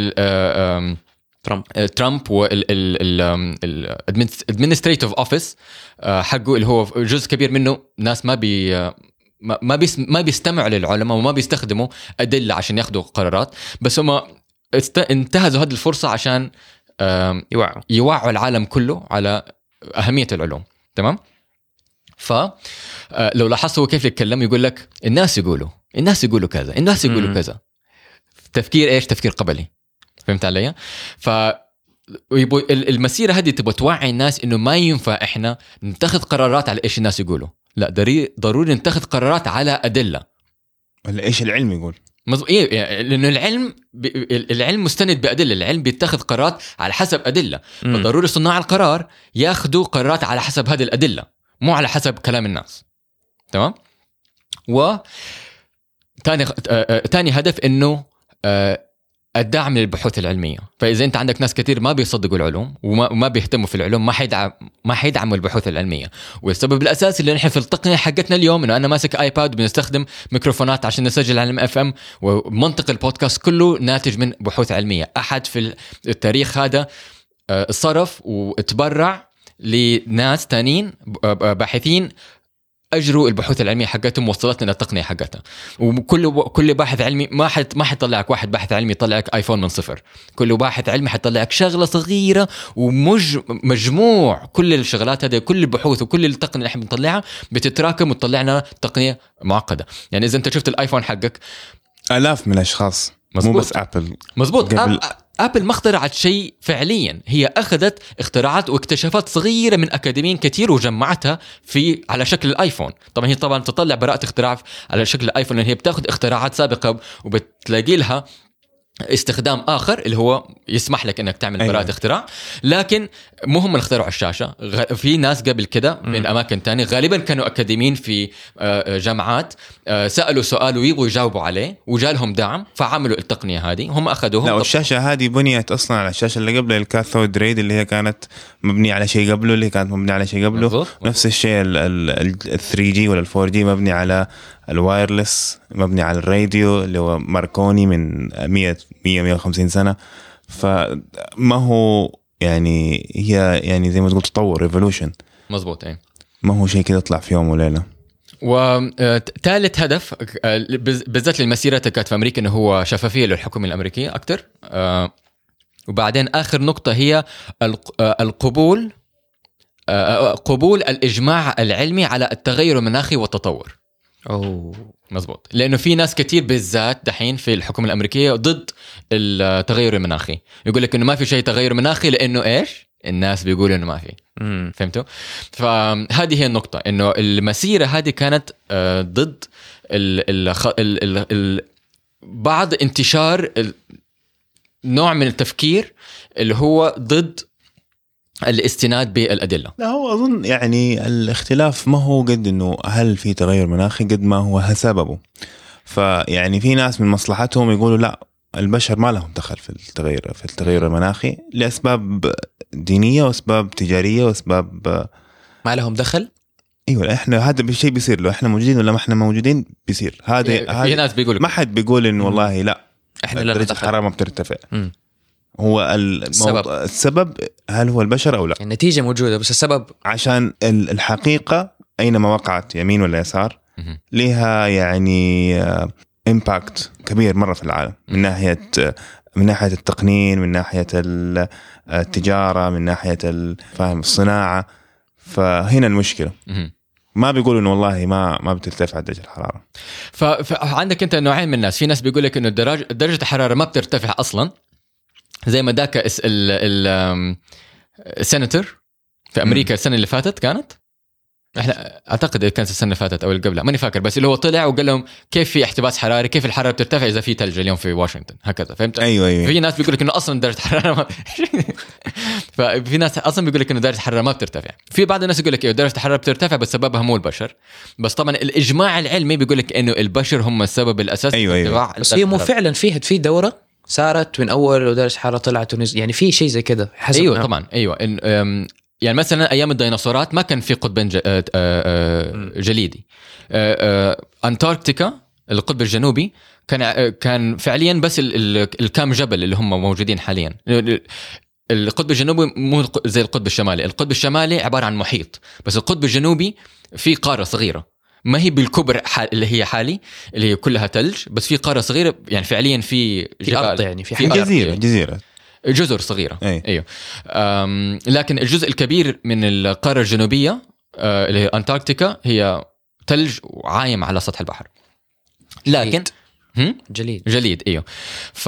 ترامب ترامب والادمنستريتيف اوفيس حقه اللي هو جزء كبير منه ناس ما بي ما بيس ما بيستمعوا للعلماء وما بيستخدموا أدلة عشان ياخدوا قرارات، بس هم انتهزوا هذه الفرصة عشان يوعوا يوعوا العالم كله على أهمية العلوم. تمام. فلو لاحظتوا كيف يتكلم يقول لك الناس يقولوا الناس يقولوا كذا الناس يقولوا كذا، تفكير إيش؟ تفكير قبلي. فهمت علي؟ ف المسيرة هذه تبغى توعي الناس إنه ما ينفع إحنا نتخذ قرارات على إيش الناس يقولوا، لا ضروري نتخذ قرارات على أدلة. ولا إيش العلم يقول؟ مظبوط. إيه يعني لأنه العلم ب... العلم مستند بأدلة، العلم بيتخذ قرارات على حسب أدلة، فضروري صناع القرار ياخدوا قرارات على حسب هذه الأدلة مو على حسب كلام الناس. تمام. و تاني تاني هدف إنه الدعم للبحوث العلمية. فإذا أنت عندك ناس كتير ما بيصدقوا العلوم وما ما بيهتموا في العلوم ما حيدعم ما حيدعموا البحوث العلمية. والسبب الأساسي اللي نحن في التقنية حقتنا اليوم إنه أنا ماسك آيباد بنستخدم ميكروفونات عشان نسجل على ام اف ام، ومنطق البودكاست كله ناتج من بحوث علمية. أحد في التاريخ هذا صرف وتبرع لناس تانين باحثين أجروا البحوث العلمية حقتهم وصلت لنا التقنية حقتها. وكل كل باحث علمي ما حد ما حيطلعك واحد باحث علمي يطلعك آيفون من صفر. كل باحث علمي حيطلعك شغلة صغيرة ومج مجموع كل الشغلات هذه، كل البحوث وكل التقنية اللي احنا بنطلعها بتتراكم وتطلعنا تقنية معقدة. يعني إذا أنت شفت الآيفون حقك آلاف من الأشخاص، مو بس أبل. مزبوط. قبل... أبل ما اخترعت شيء فعليا، هي أخذت اختراعات واكتشافات صغيرة من أكاديميين كتير وجمعتها في على شكل الآيفون. طبعا هي طبعا تطلع براءة اختراع على شكل الآيفون لأن هي بتاخذ اختراعات سابقة وبتلاقي لها استخدام آخر اللي هو يسمح لك أنك تعمل براءة أيوة. اختراع. لكن مو هم اللي اخترعوا الشاشة، في ناس قبل كده من أماكن تانية غالبا كانوا أكاديميين في جامعات سألوا سؤال ويبغوا يجاوبوا عليه وجالهم دعم فعملوا التقنية هذه هم أخذوهم. لا والشاشة هذه بنيت أصلا على الشاشة اللي قبل الكاثود ريد اللي هي كانت مبنية على شيء قبله اللي كانت مبنية على شيء قبله مزبوط. نفس الشيء ال ثري جي ولا الفور جي مبني على الوايرلس، مبني على الراديو اللي هو ماركوني من مية مية وخمسين سنة. فما هو يعني هي يعني زي ما تقول تطور ريفولوشن. مزبوط. ايه ما هو شيء كده يطلع في يوم وليلة. وثالث هدف بالذات للمسيرة كانت في أمريكا إنه هو شفافية للحكومة الأمريكية أكتر. وبعدين آخر نقطة هي القبول قبول الإجماع العلمي على التغير المناخي والتطور. أوه. مزبوط. لأنه في ناس كتير بالذات دحين في الحكومة الأمريكية ضد التغير المناخي، يقول لك إنه ما في شيء تغير مناخي لأنه إيش الناس بيقولوا إنه ما في. مم. فهمتوا؟ فهذه هي النقطة، إنه المسيرة هذه كانت ضد ال ال ال ال بعض انتشار نوع من التفكير اللي هو ضد الاستناد بالأدلة. لا هو أظن يعني الاختلاف ما هو قد إنه هل في تغير مناخي قد ما هو سببه. فيعني في ناس من مصلحتهم يقولوا لا البشر ما لهم دخل في التغير في التغير المناخي لأسباب دينية وأسباب تجارية وأسباب ما لهم دخل. ايوه احنا هذا بالشيء بيصير لو احنا موجودين ولا ما احنا موجودين بيصير. هذا في ناس بيقول ما حد بيقول إنه والله لا احنا درجة الحرارة ما بترتفع. م. هو السبب. السبب هل هو البشر أو لا؟ النتيجة موجودة بس السبب عشان الحقيقة أينما وقعت يمين ولا يسار لها يعني إمباكت كبير مرة في العالم من ناحية من ناحية التقنين، من ناحية التجارة، من ناحية فاهم الصناعة. فهنا المشكلة ما بيقولوا إنه والله ما ما بترتفع درجة الحرارة. فعندك أنت نوعين من الناس، في ناس بيقول لك إنه درجة درجة الحرارة ما بترتفع أصلاً زي ما ذاك السناتور في امريكا السنه اللي فاتت كانت احنا اعتقد كانت السنه اللي فاتت او اللي قبلها ماني فاكر، بس اللي هو طلع وقال لهم كيف في احتباس حراري، كيف الحراره بترتفع اذا في ثلج اليوم في واشنطن هكذا، فهمت؟ ايوه ايوه في ناس بيقول لك انه اصلا درجه حراره ما... ففي ناس اصلا بيقول لك انه درجه الحراره ما بترتفع، في بعض الناس يقول لك ايوه درجه الحراره بترتفع بس سببها مو البشر، بس طبعا الاجماع العلمي بيقول لك انه البشر هم السبب الاساسي. أيوة أيوة. بس هي مو فعلا فيها في دوره صارت من اول ودرجه الحراره طلعت ونزل، يعني في شيء زي كده حسب. ايوه طبعا ايوه إن يعني مثلا ايام الديناصورات ما كان في قطب جليدي. انتاركتيكا القطب الجنوبي كان كان فعليا بس الكام جبل اللي هم موجودين حاليا. القطب الجنوبي مو زي القطب الشمالي، القطب الشمالي عباره عن محيط، بس القطب الجنوبي في قاره صغيره ما هي بالكبر اللي هي حالي اللي هي كلها ثلج، بس في قاره صغيره يعني فعليا في في أرض، يعني في, في جزيره جزيره جزر صغيرة. أي. أيوه. لكن الجزء الكبير من القارة الجنوبية اللي هي أنتاركتيكا هي ثلج وعايم على سطح البحر، لكن جليد جليد أيوه. ف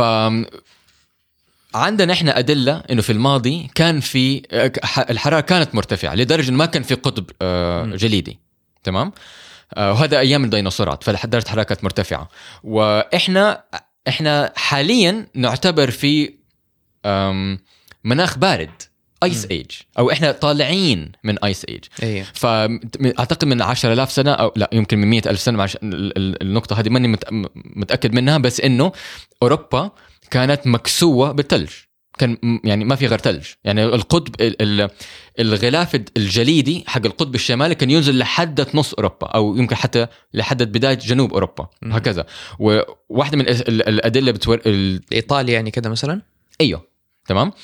عندنا إحنا أدلة إنه في الماضي كان في الحرارة كانت مرتفعة لدرجة ما كان في قطب جليدي، تمام؟ وهذا أيام الديناصورات، فدرجة الحرارة كانت مرتفعة، وإحنا إحنا حاليا نعتبر في مناخ بارد ايس ايج، او احنا طالعين من ايس ايج. أيه. فاعتقد من عشرة آلاف سنه او لا يمكن من مئة ألف سنه، مع النقطه هذه ماني متاكد منها، بس انه اوروبا كانت مكسوه بالثلج، كان يعني ما في غير ثلج، يعني القطب الغلاف الجليدي حق القطب الشمالي كان ينزل لحد نص اوروبا او يمكن حتى لحد بدايه جنوب اوروبا هكذا. وواحده من الادله بتور ايطاليا يعني كده مثلا. ايوه تمام.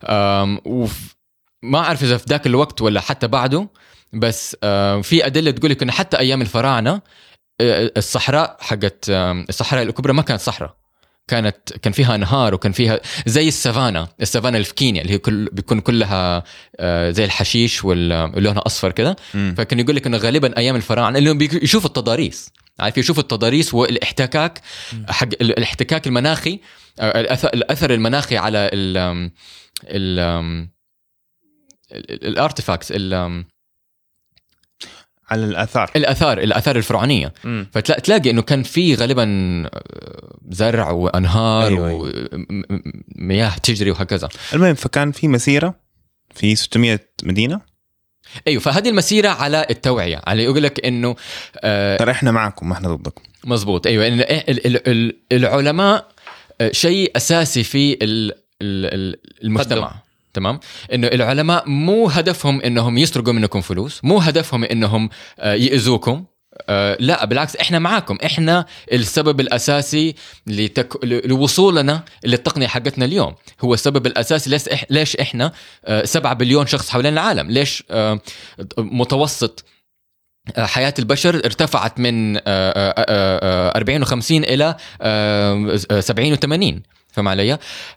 وما أعرف إذا في ذاك الوقت ولا حتى بعده، بس في أدلة تقول لك إن حتى أيام الفراعنة الصحراء حقت الصحراء الكبرى ما كانت صحراء، كانت كان فيها أنهار وكان فيها زي السافانا السافانا اللي في كينيا اللي هي كل بيكون كلها زي الحشيش ولونها أصفر كده. فكان يقول لك إنه غالبا أيام الفراعنة اللي بيشوفوا التضاريس، عارف يشوفوا التضاريس والاحتكاك حق الاحتكاك المناخي، الأثر المناخي على ال ال الارتفاكتس على الآثار الآثار الآثار الفرعونية. فتلاقي إنه كان في غالبا زرع وأنهار. أيوة. ومياه تجري وهكذا. المهم فكان في مسيرة في ستمائة مدينة. ايوه فهذه المسيره على التوعيه، على يقول لك انه آه ترى احنا معكم ما احنا ضدكم. مزبوط ايوه. إن العلماء شيء اساسي في المجتمع قدم. تمام. انه العلماء مو هدفهم انهم يسرقوا منكم فلوس، مو هدفهم انهم يأذوكم، أه لا بالعكس احنا معاكم، احنا السبب الاساسي لتك... لوصولنا للتقنيه حقتنا اليوم، هو السبب الاساسي ليش, إح... ليش احنا أه سبعة بليون شخص حوالين العالم، ليش أه متوسط حياه البشر ارتفعت من أربعين وخمسين الى سبعين وثمانين. فهم علي؟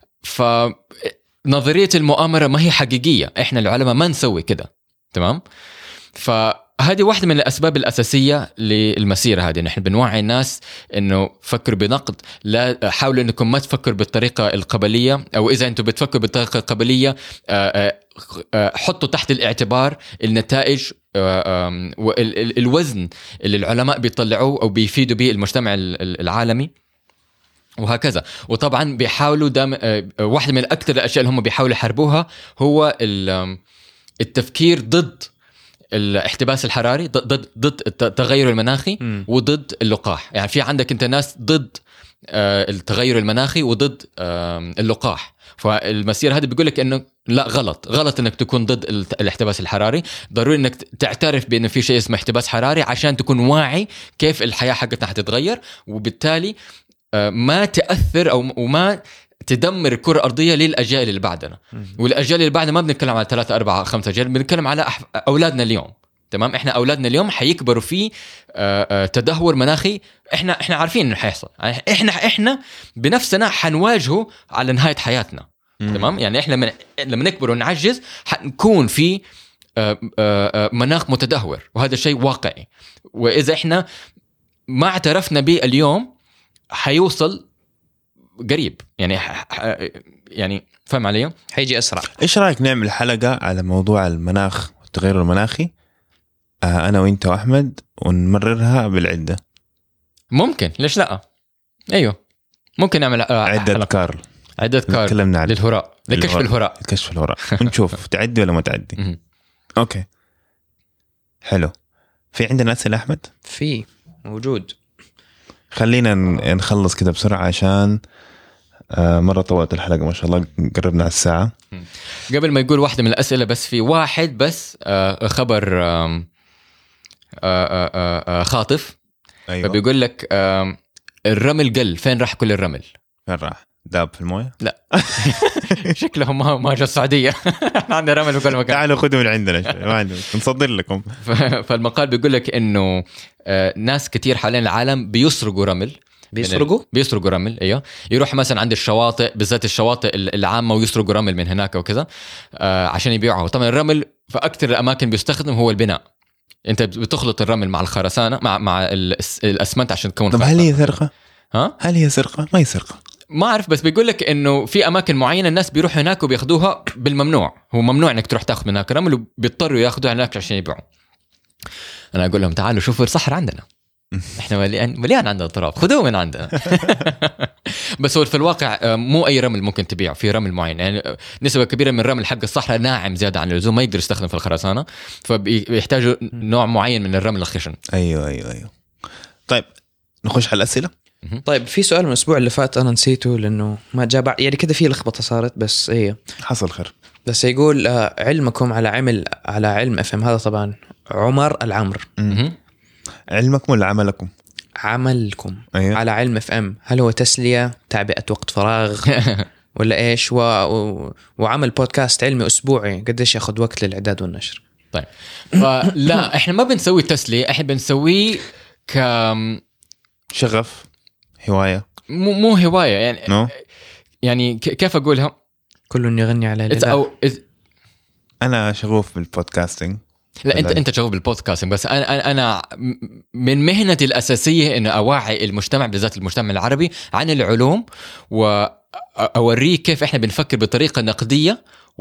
فنظريه المؤامره ما هي حقيقيه، احنا العلماء ما نسوي كده. تمام. ف هذه واحدة من الأسباب الأساسية للمسيرة هذه، نحن بنوعي الناس إنه فكروا بنقد، لا حاولوا إنكم ما تفكروا بالطريقة القبلية، أو إذا أنتم بتفكروا بالطريقة القبلية حطوا تحت الاعتبار النتائج والوزن اللي العلماء بيطلعوه أو بيفيدوا به المجتمع العالمي وهكذا. وطبعا بيحاولوا دام واحدة من أكثر الأشياء اللي هم بيحاولوا يحاربوها هو التفكير ضد الاحتباس الحراري، ضد ضد التغير المناخي م. وضد اللقاح. يعني في عندك انت ناس ضد آه التغير المناخي وضد آه اللقاح. فالمسير هذا بيقول لك انه لا، غلط غلط انك تكون ضد الاحتباس الحراري، ضروري انك تعترف بانه في شيء اسمه احتباس حراري عشان تكون واعي كيف الحياة حقتنا حتتغير، وبالتالي آه ما تأثر او وما تدمر الكرة الأرضية للأجيال اللي بعدنا. والأجيال اللي بعدنا ما بنتكلم على ثلاثة أربعة خمسة أجيال، بنتكلم على أولادنا اليوم. تمام. إحنا أولادنا اليوم حيكبروا في تدهور مناخي إحنا إحنا عارفين إنه حيحصل. إحنا إحنا بنفسنا حنواجهه على نهاية حياتنا. تمام. يعني إحنا من لما نكبر ونعجز حنكون في مناخ متدهور، وهذا شيء واقعي. وإذا إحنا ما اعترفنا به اليوم حيوصل قريب يعني يعني فهم علي؟ حيجي اسرع. ايش رايك نعمل حلقه على موضوع المناخ والتغير المناخي آه انا وانت واحمد ونمررها بالعده؟ ممكن، ليش لا؟ ايوه ممكن نعمل آه عده حلقة. كارل عده كارل تكلمنا عليه للهراء، لكشف الهراء، كشف الهراء ونشوف تعدي ولا ما تعدي. اوكي حلو. في عندنا اسئله احمد؟ في موجود. خلينا نخلص كده بسرعه عشان آه مرة طولت الحلقة ما شاء الله، قربنا على الساعة. قبل ما يقول واحدة من الأسئلة، بس في واحد بس آه خبر آه آه آه آه خاطف. أيوة. فبيقول لك آه الرمل قل، فين راح كل الرمل؟ فين راح؟ داب في المويه؟ لا شكلهم ما ما جا السعودية. عندنا رمل في كل مكان. تعالوا خذوا من عندنا شيء ما عندنا نصدر لكم. فالمقال بيقول لك إنه آه ناس كتير حوالين العالم بيسرقوا رمل. بيسرقوا بيسرقوا رمل. ايوه يروح مثلا عند الشواطئ بالذات الشواطئ العامه ويسرقوا رمل من هناك وكذا آه عشان يبيعوه. طبعا الرمل في اكثر الاماكن بيستخدم هو البناء. انت بتخلط الرمل مع الخرسانه مع مع الاسمنت عشان تكون. طب هل هي سرقه؟ ها هل هي سرقه؟ ما هي سرقه، ما اعرف، بس بيقول لك انه في اماكن معينه الناس بيروحوا هناك وبياخدوها بالممنوع. هو ممنوع انك تروح تاخذ من هناك رمل وبيضطروا ياخذوها هناك عشان يبيعوا. انا اقول لهم تعالوا شوفوا الصحراء عندنا، احنا مليان مليان عندنا تراب، خذوه من عندنا. بس هو في الواقع مو اي رمل ممكن تبيع، في رمل معين يعني نسبه كبيره من الرمل حق الصحراء ناعم زياده عن اللزوم، ما يقدر يستخدم في الخرسانه، فبيحتاجوا نوع معين من الرمل الخشن. ايوه ايوه ايوه. طيب نخش على الاسئله. طيب في سؤال من الاسبوع اللي فات انا نسيته لانه ما جاء يعني كده في لخبطه صارت، بس هي حصل خير. بس يقول آه علمكم على عمل على علم اف ام. هذا طبعا عمر العمر. علمكم ولا عملكم؟ عملكم. أيوة. على علم اف ام، هل هو تسليه، تعبئه وقت فراغ ولا ايش؟ و... و... وعمل بودكاست علمي اسبوعي قديش ياخذ وقت للاعداد والنشر؟ طيب فلا احنا ما بنسوي تسليه، احنا بنسويه ك شغف، هوايه. مو مو هوايه يعني. no. يعني كيف اقولها؟ كل يغني على الاله. أو... انا شغوف بالبودكاستنج. لا انت انت شغوف بالبودكاستنج، بس انا انا من مهنتي الاساسيه انه اوعي المجتمع بالذات المجتمع العربي عن العلوم، واوريه كيف احنا بنفكر بطريقه نقديه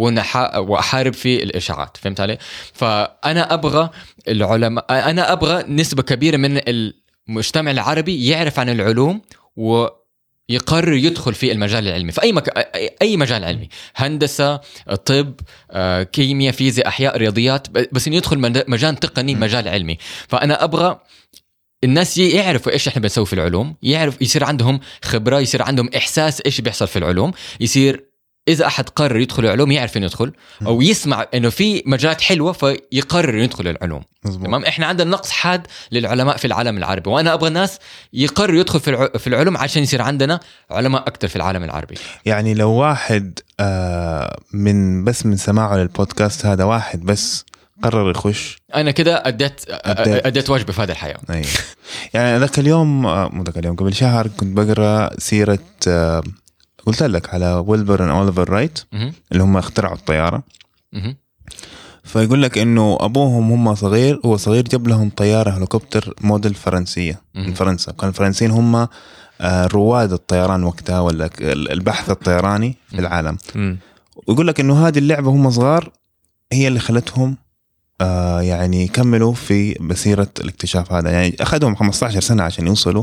واحارب في الاشاعات. فهمت علي؟ فانا ابغى العلماء، انا ابغى نسبه كبيره من المجتمع العربي يعرف عن العلوم و يقرر يدخل في المجال العلمي في أي مك... أي مجال علمي، هندسة، طب، كيمياء، فيزياء، أحياء، رياضيات، بس إنه يدخل مجال تقني، مجال علمي. فأنا أبغى الناس يعرفوا إيش إحنا بنسوي في العلوم، يعرف يصير عندهم خبرة، يصير عندهم إحساس إيش بيحصل في العلوم، يصير إذا أحد قرر يدخل العلوم يعرف إنه يدخل، أو يسمع إنه في مجالات حلوة فيقرر يدخل العلوم. تمام. إحنا عندنا نقص حاد للعلماء في العالم العربي، وأنا أبغى الناس يقرر يدخل في في العلوم عشان يصير عندنا علماء أكتر في العالم العربي. يعني لو واحد آه من بس من سماعه للبودكاست هذا واحد بس قرر يخش، أنا كده أديت أديت, أديت واجبي في هذه الحياة. أيوة. يعني ذاك اليوم مو ذاك اليوم قبل شهر كنت بقرأ سيرة آه قلت لك على ويلبر أوليفر رايت اللي هم اخترعوا الطيارة. م- فيقول لك إنه أبوهم هم صغير هو صغير جاب لهم طيارة هليكوبتر موديل فرنسية من فرنسا. كان الفرنسيين هم رواد الطيران وقتها ولا البحث الطيراني في العالم. ويقول لك إنه هذه اللعبة هم صغار هي اللي خلتهم آه يعني يكملوا في مسيرة الاكتشاف هذا. يعني أخذهم خمسة عشر سنة عشان يوصلوا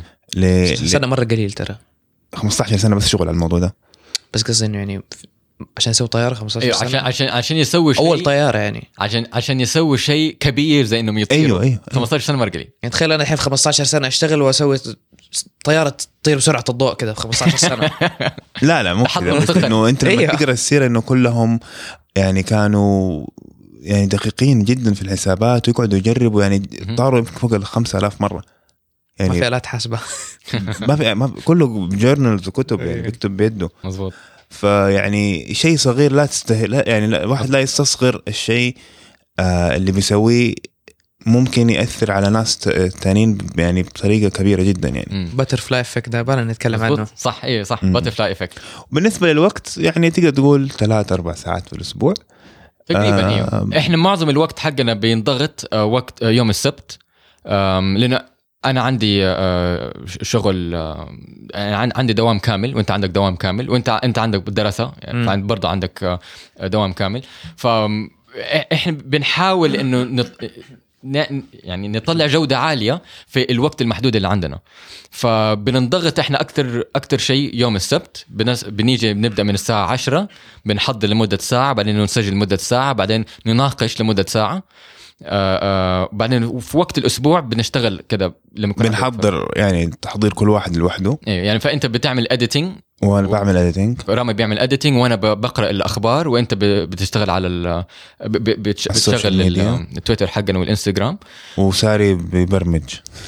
ل سنة مرة قليل ترى، خمسة عشر سنة بس شغل على الموضوع ده. بس قصدي إنه يعني عشان يسوي طيارة خمسة عشر أيوة سنة. عشان عشان عشان يسوي شيء أول طيارة يعني عشان عشان يسوي شيء كبير زي إنهم يطيروا. أيوة أيوة. خمسة عشر سنة مرة قليل. يعني تخيل أنا الحين في خمسة عشر سنة أشتغل وأسوي طيارة تطير بسرعة الضوء كده في خمسة عشر سنة. لا لا مو كذا، بس إنه أنت لما تقرأ السيرة إنه كلهم يعني كانوا يعني دقيقين جدا في الحسابات ويقعدوا يجربوا، يعني طاروا فوق الخمسة آلاف مرة. يعني ما في آلات حاسبة. ما في ما في كله جورنالز وكتب يعني بيكتب بيده. مظبوط. فيعني شيء صغير لا تستهل يعني لا واحد لا يستصغر الشيء آه اللي بيسويه ممكن يأثر على ناس تانين يعني بطريقة كبيرة جدا. يعني باترفلاي افكت ده بقى نتكلم عنه. صح ايه صح باترفلاي افكت. بالنسبة للوقت يعني تقدر تقول ثلاث أربع ساعات في الأسبوع تقريبا. آه ايه احنا معظم الوقت حقنا بينضغط آه وقت آه يوم السبت، آه لأنه أنا عندي شغل يعني عندي دوام كامل وانت عندك دوام كامل وانت انت عندك دراسه يعني برضه عندك دوام كامل. فاحنا بنحاول انه نط... يعني نطلع جودة عالية في الوقت المحدود اللي عندنا. فبننضغط احنا أكتر أكتر شيء يوم السبت. بنس... بنيجي بنبدأ من الساعة عشرة، بنحضر لمدة ساعة، بعدين نسجل لمدة ساعة، بعدين نناقش لمدة ساعة. آه آه بعدين في وقت الأسبوع بنشتغل كده بنحضر يعني تحضير كل واحد لوحده. يعني فأنت بتعمل editing وانا بعمل اديتنج، رامي بيعمل اديتنج، وانا بقرا الاخبار، وانت بتشتغل على ال بتشتغل التويتر حقنا والانستغرام، وساري بيبرمج.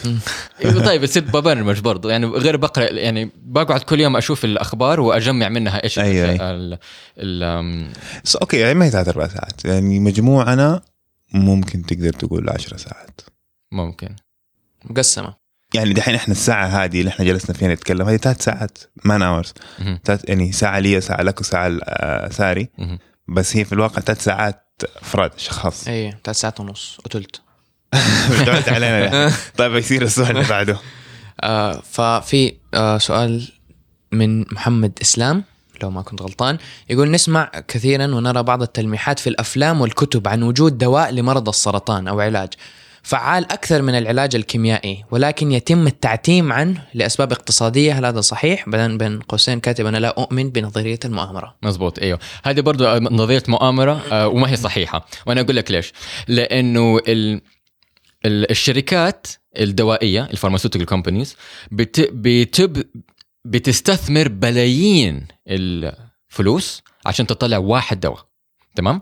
طيب بصير ببرمج برضه يعني غير بقرا، يعني بقعد كل يوم اشوف الاخبار واجمع منها ايش ال ال اوكي. يعني ما هي ثلاث اربع ساعات، يعني مجموعنا ممكن تقدر تقول عشر ساعات ممكن مقسمه. يعني دحين احنا الساعة هذه اللي احنا جلسنا فيها نتكلم هذه ثلاث ساعات مان اورز، يعني ساعة لي ساعة لك وساعة ساري، بس هي في الواقع ثلاث ساعات افراد شخص. اي ثلاث ساعات ونص قتلت. دعوت علينا. طيب يصير السؤال اللي بعده. آه ففي آه سؤال من محمد إسلام لو ما كنت غلطان، يقول نسمع كثيرا ونرى بعض التلميحات في الأفلام والكتب عن وجود دواء لمرض السرطان أو علاج فعال أكثر من العلاج الكيميائي، ولكن يتم التعتيم عنه لأسباب اقتصادية. هل هذا صحيح؟ بدن بين قوسين كاتب أنا لا أؤمن بنظرية المؤامرة. مزبوط، أيوه هذه برضو نظرية مؤامرة آه وما هي صحيحة، وأنا أقول لك ليش. لأنه ال ال الشركات الدوائية الفارماسيوتيكال كومبانيز بت بتب بتستثمر بلايين الفلوس عشان تطلع واحد دواء، تمام؟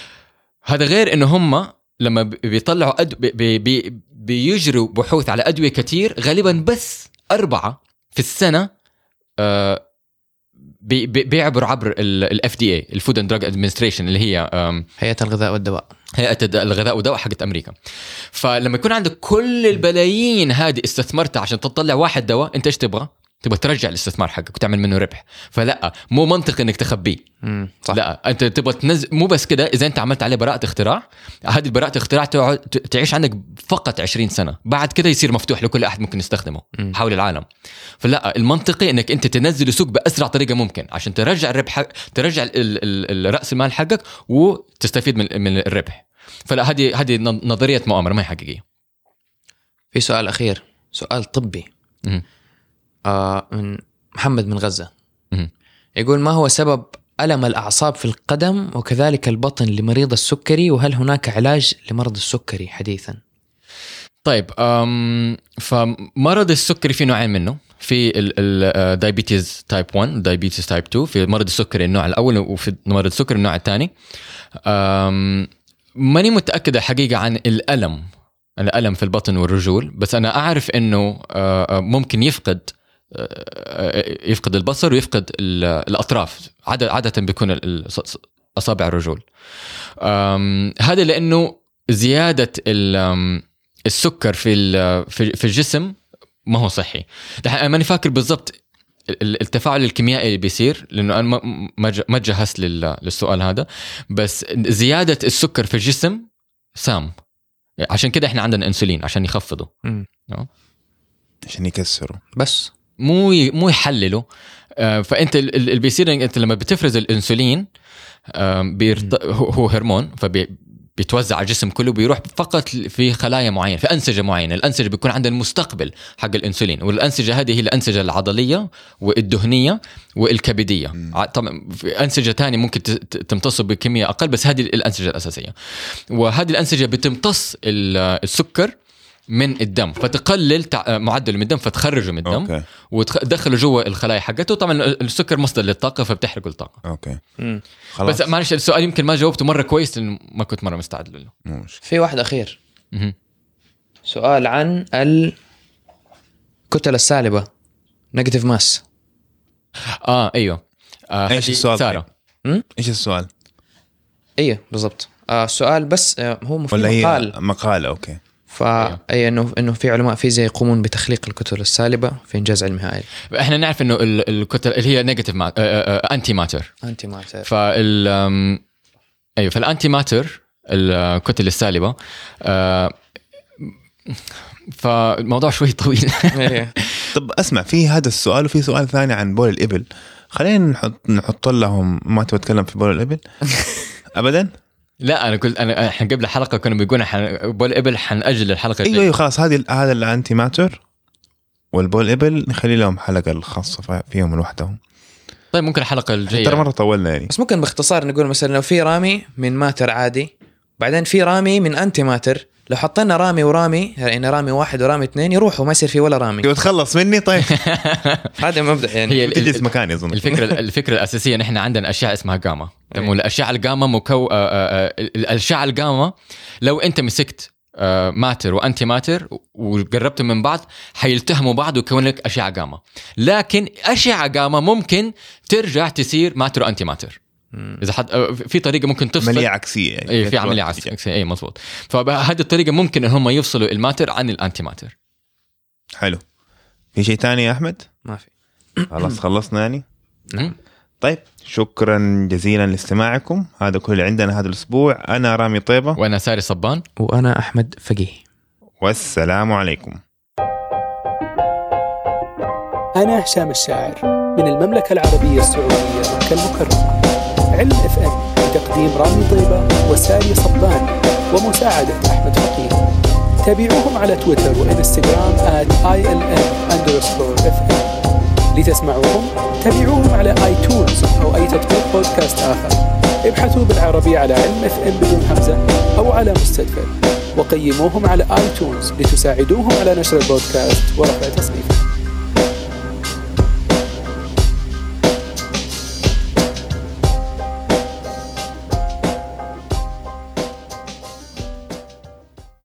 هذا غير إنه هم لما بيطلعوا أد... بي... بي... بيجروا بحوث على أدوية كتير، غالبا بس أربعة في السنة آه بي... بي... بيعبروا عبر ال إف دي إيه الفود اند دراج ادمنستريشن اللي هي آم... هيئة الغذاء والدواء هيئة الغذاء والدواء حقت أمريكا. فلما يكون عندك كل البلايين هذه استثمرتها عشان تطلع واحد دواء، أنت إيش تبغى؟ تبغى ترجع الاستثمار حقك وتعمل منه ربح. فلا، مو منطقي انك تخبيه. لا، انت تبغى تنزل. مو بس كده، اذا انت عملت عليه براءة اختراع، هذه براءة اختراع تعيش عندك فقط عشرين سنة، بعد كده يصير مفتوح لكل احد ممكن يستخدمه مم. حول العالم. فلا، المنطقي انك انت تنزل سوق باسرع طريقة ممكن عشان ترجع الربح، ترجع الراس المال حقك وتستفيد من من الربح. فلا، هذه هذه نظرية مؤامرة ما هي حقيقية. في سؤال اخير، سؤال طبي مم. آه من محمد من غزة. م- يقول ما هو سبب ألم الأعصاب في القدم وكذلك البطن لمريض السكري، وهل هناك علاج لمرض السكري حديثا؟ طيب فمرض السكري في نوعين منه، في الدايبيتيز تايب واحد دايبيتيز تايب اثنين، في مرض السكري النوع الأول، وفي مرض السكري النوع الثاني. ماني متأكد الحقيقة عن الألم الألم في البطن والرجول، بس أنا أعرف إنه ممكن يفقد يفقد البصر ويفقد الأطراف، عادة بيكون أصابع الرجول. هذا لأنه زيادة السكر في في الجسم ما هو صحي. أنا ماني فاكر بالضبط التفاعل الكيميائي اللي بيصير، لأنه أنا ما جهزت للسؤال هذا، بس زيادة السكر في الجسم سام، عشان كده إحنا عندنا أنسولين عشان يخفضه، عشان يكسروا، بس مو مو يحللوا. فانت اللي بيصير انت لما بتفرز الانسولين بيرت... هو هرمون، فبيتوزع على الجسم كله، بيروح فقط في خلايا معينه، في انسجه معينه. الانسجه بيكون عندها المستقبل حق الانسولين، والانسجه هذه هي الانسجه العضليه والدهنيه والكبديه. طبعا في انسجه ثانيه ممكن تمتص بكميه اقل، بس هذه الانسجه الاساسيه. وهذه الانسجه بتمتص السكر من الدم، فتقلل معدل من الدم، فتخرجه من الدم أوكي. وتدخله جوا الخلايا حقته. طبعا السكر مصدر للطاقه، فبتحرق الطاقه. اوكي خلاص. بس معلش السؤال يمكن ما جاوبته مره كويس، لانه ما كنت مره مستعد له. مش. في واحد اخير م- سؤال عن الكتل السالبه نيجاتيف ماس. اه ايوه آه ايش السؤال؟ سارة ايش السؤال؟ ايوه بالضبط. آه السؤال بس آه هو مفيد مقال مقال اوكي. فأي إنه إنه في علماء فيزياء يقومون بتخليق الكتل السالبة في إنجاز علمي هائل. إحنا نعرف إنه الكتل اللي هي نيجاتيف مات... أنتي ماتر. أنتي ماتر. فال أيوة فالأنتي ماتر الكتل السالبة. فالموضوع شوي طويل. طيب طب اسمع، في هذا السؤال وفي سؤال ثاني عن بول الإبل. خلينا نحط نحط لهم. ما تبغى تتكلم في بول الإبل ابدا؟ لا انا قلت انا احنا قبل الحلقه كانوا بيقولوا حن... بول الإبل حنأجل الحلقه. ايوه ايوه خلاص، هذه هذا الانتي ماتر والبول الإبل نخلي لهم حلقه الخاصه فيهم لوحدهم. طيب ممكن الحلقه الجايه، ترى مره طولنا يعني. بس ممكن باختصار نقول مثلا لو في رامي من ماتر عادي بعدين في رامي من انتي ماتر، لو حطينا رامي ورامي يعني رامي واحد ورامي اثنين يروحوا ما يصير في ولا رامي. تبغى تخلص مني؟ طيب هذا مبدأ يعني. هي تجلس مكاني اظن. الفكره الفكره الاساسيه ان احنا عندنا اشعه اسمها جاما. تمام. الاشعه الجاما مكو الاشعه الجاما لو انت مسكت ماتر وانتي ماتر وقربتوا من بعض حيلتهموا بعض ويكون لك اشعه جاما. لكن اشعه جاما ممكن ترجع تصير ماتر وانتي ماتر اذا حد في طريقه ممكن تفصل عمليه عكسيه يعني. اي في عمليه عكسيه اي مظبوط. فبهذه الطريقه ممكن ان هم يفصلوا الماتر عن الانتي ماتر. حلو. في شيء تاني يا احمد؟ ما في. خلاص خلصنا يعني. طيب شكرا جزيلا لاستماعكم. هذا كل اللي عندنا هذا الاسبوع. انا رامي طيبه وانا ساري صبان وانا احمد فقيه. والسلام عليكم. أنا هشام الشاعر من المملكة العربية السعودية مكة المكرمة. علم اف ام بتقديم رامي طيبة وساري صبان ومساعدة أحمد فقيه. تابعوهم على تويتر وإنستغرام آت آي إل إم أندرسكور إف إم. لتسمعوهم تابعوهم على آيتونز أو أي تطبيق بودكاست آخر. ابحثوا بالعربي على علم اف ام بدون همزة أو على مستدفر، وقيموهم على آيتونز لتساعدوهم على نشر البودكاست ورفع تصنيفه.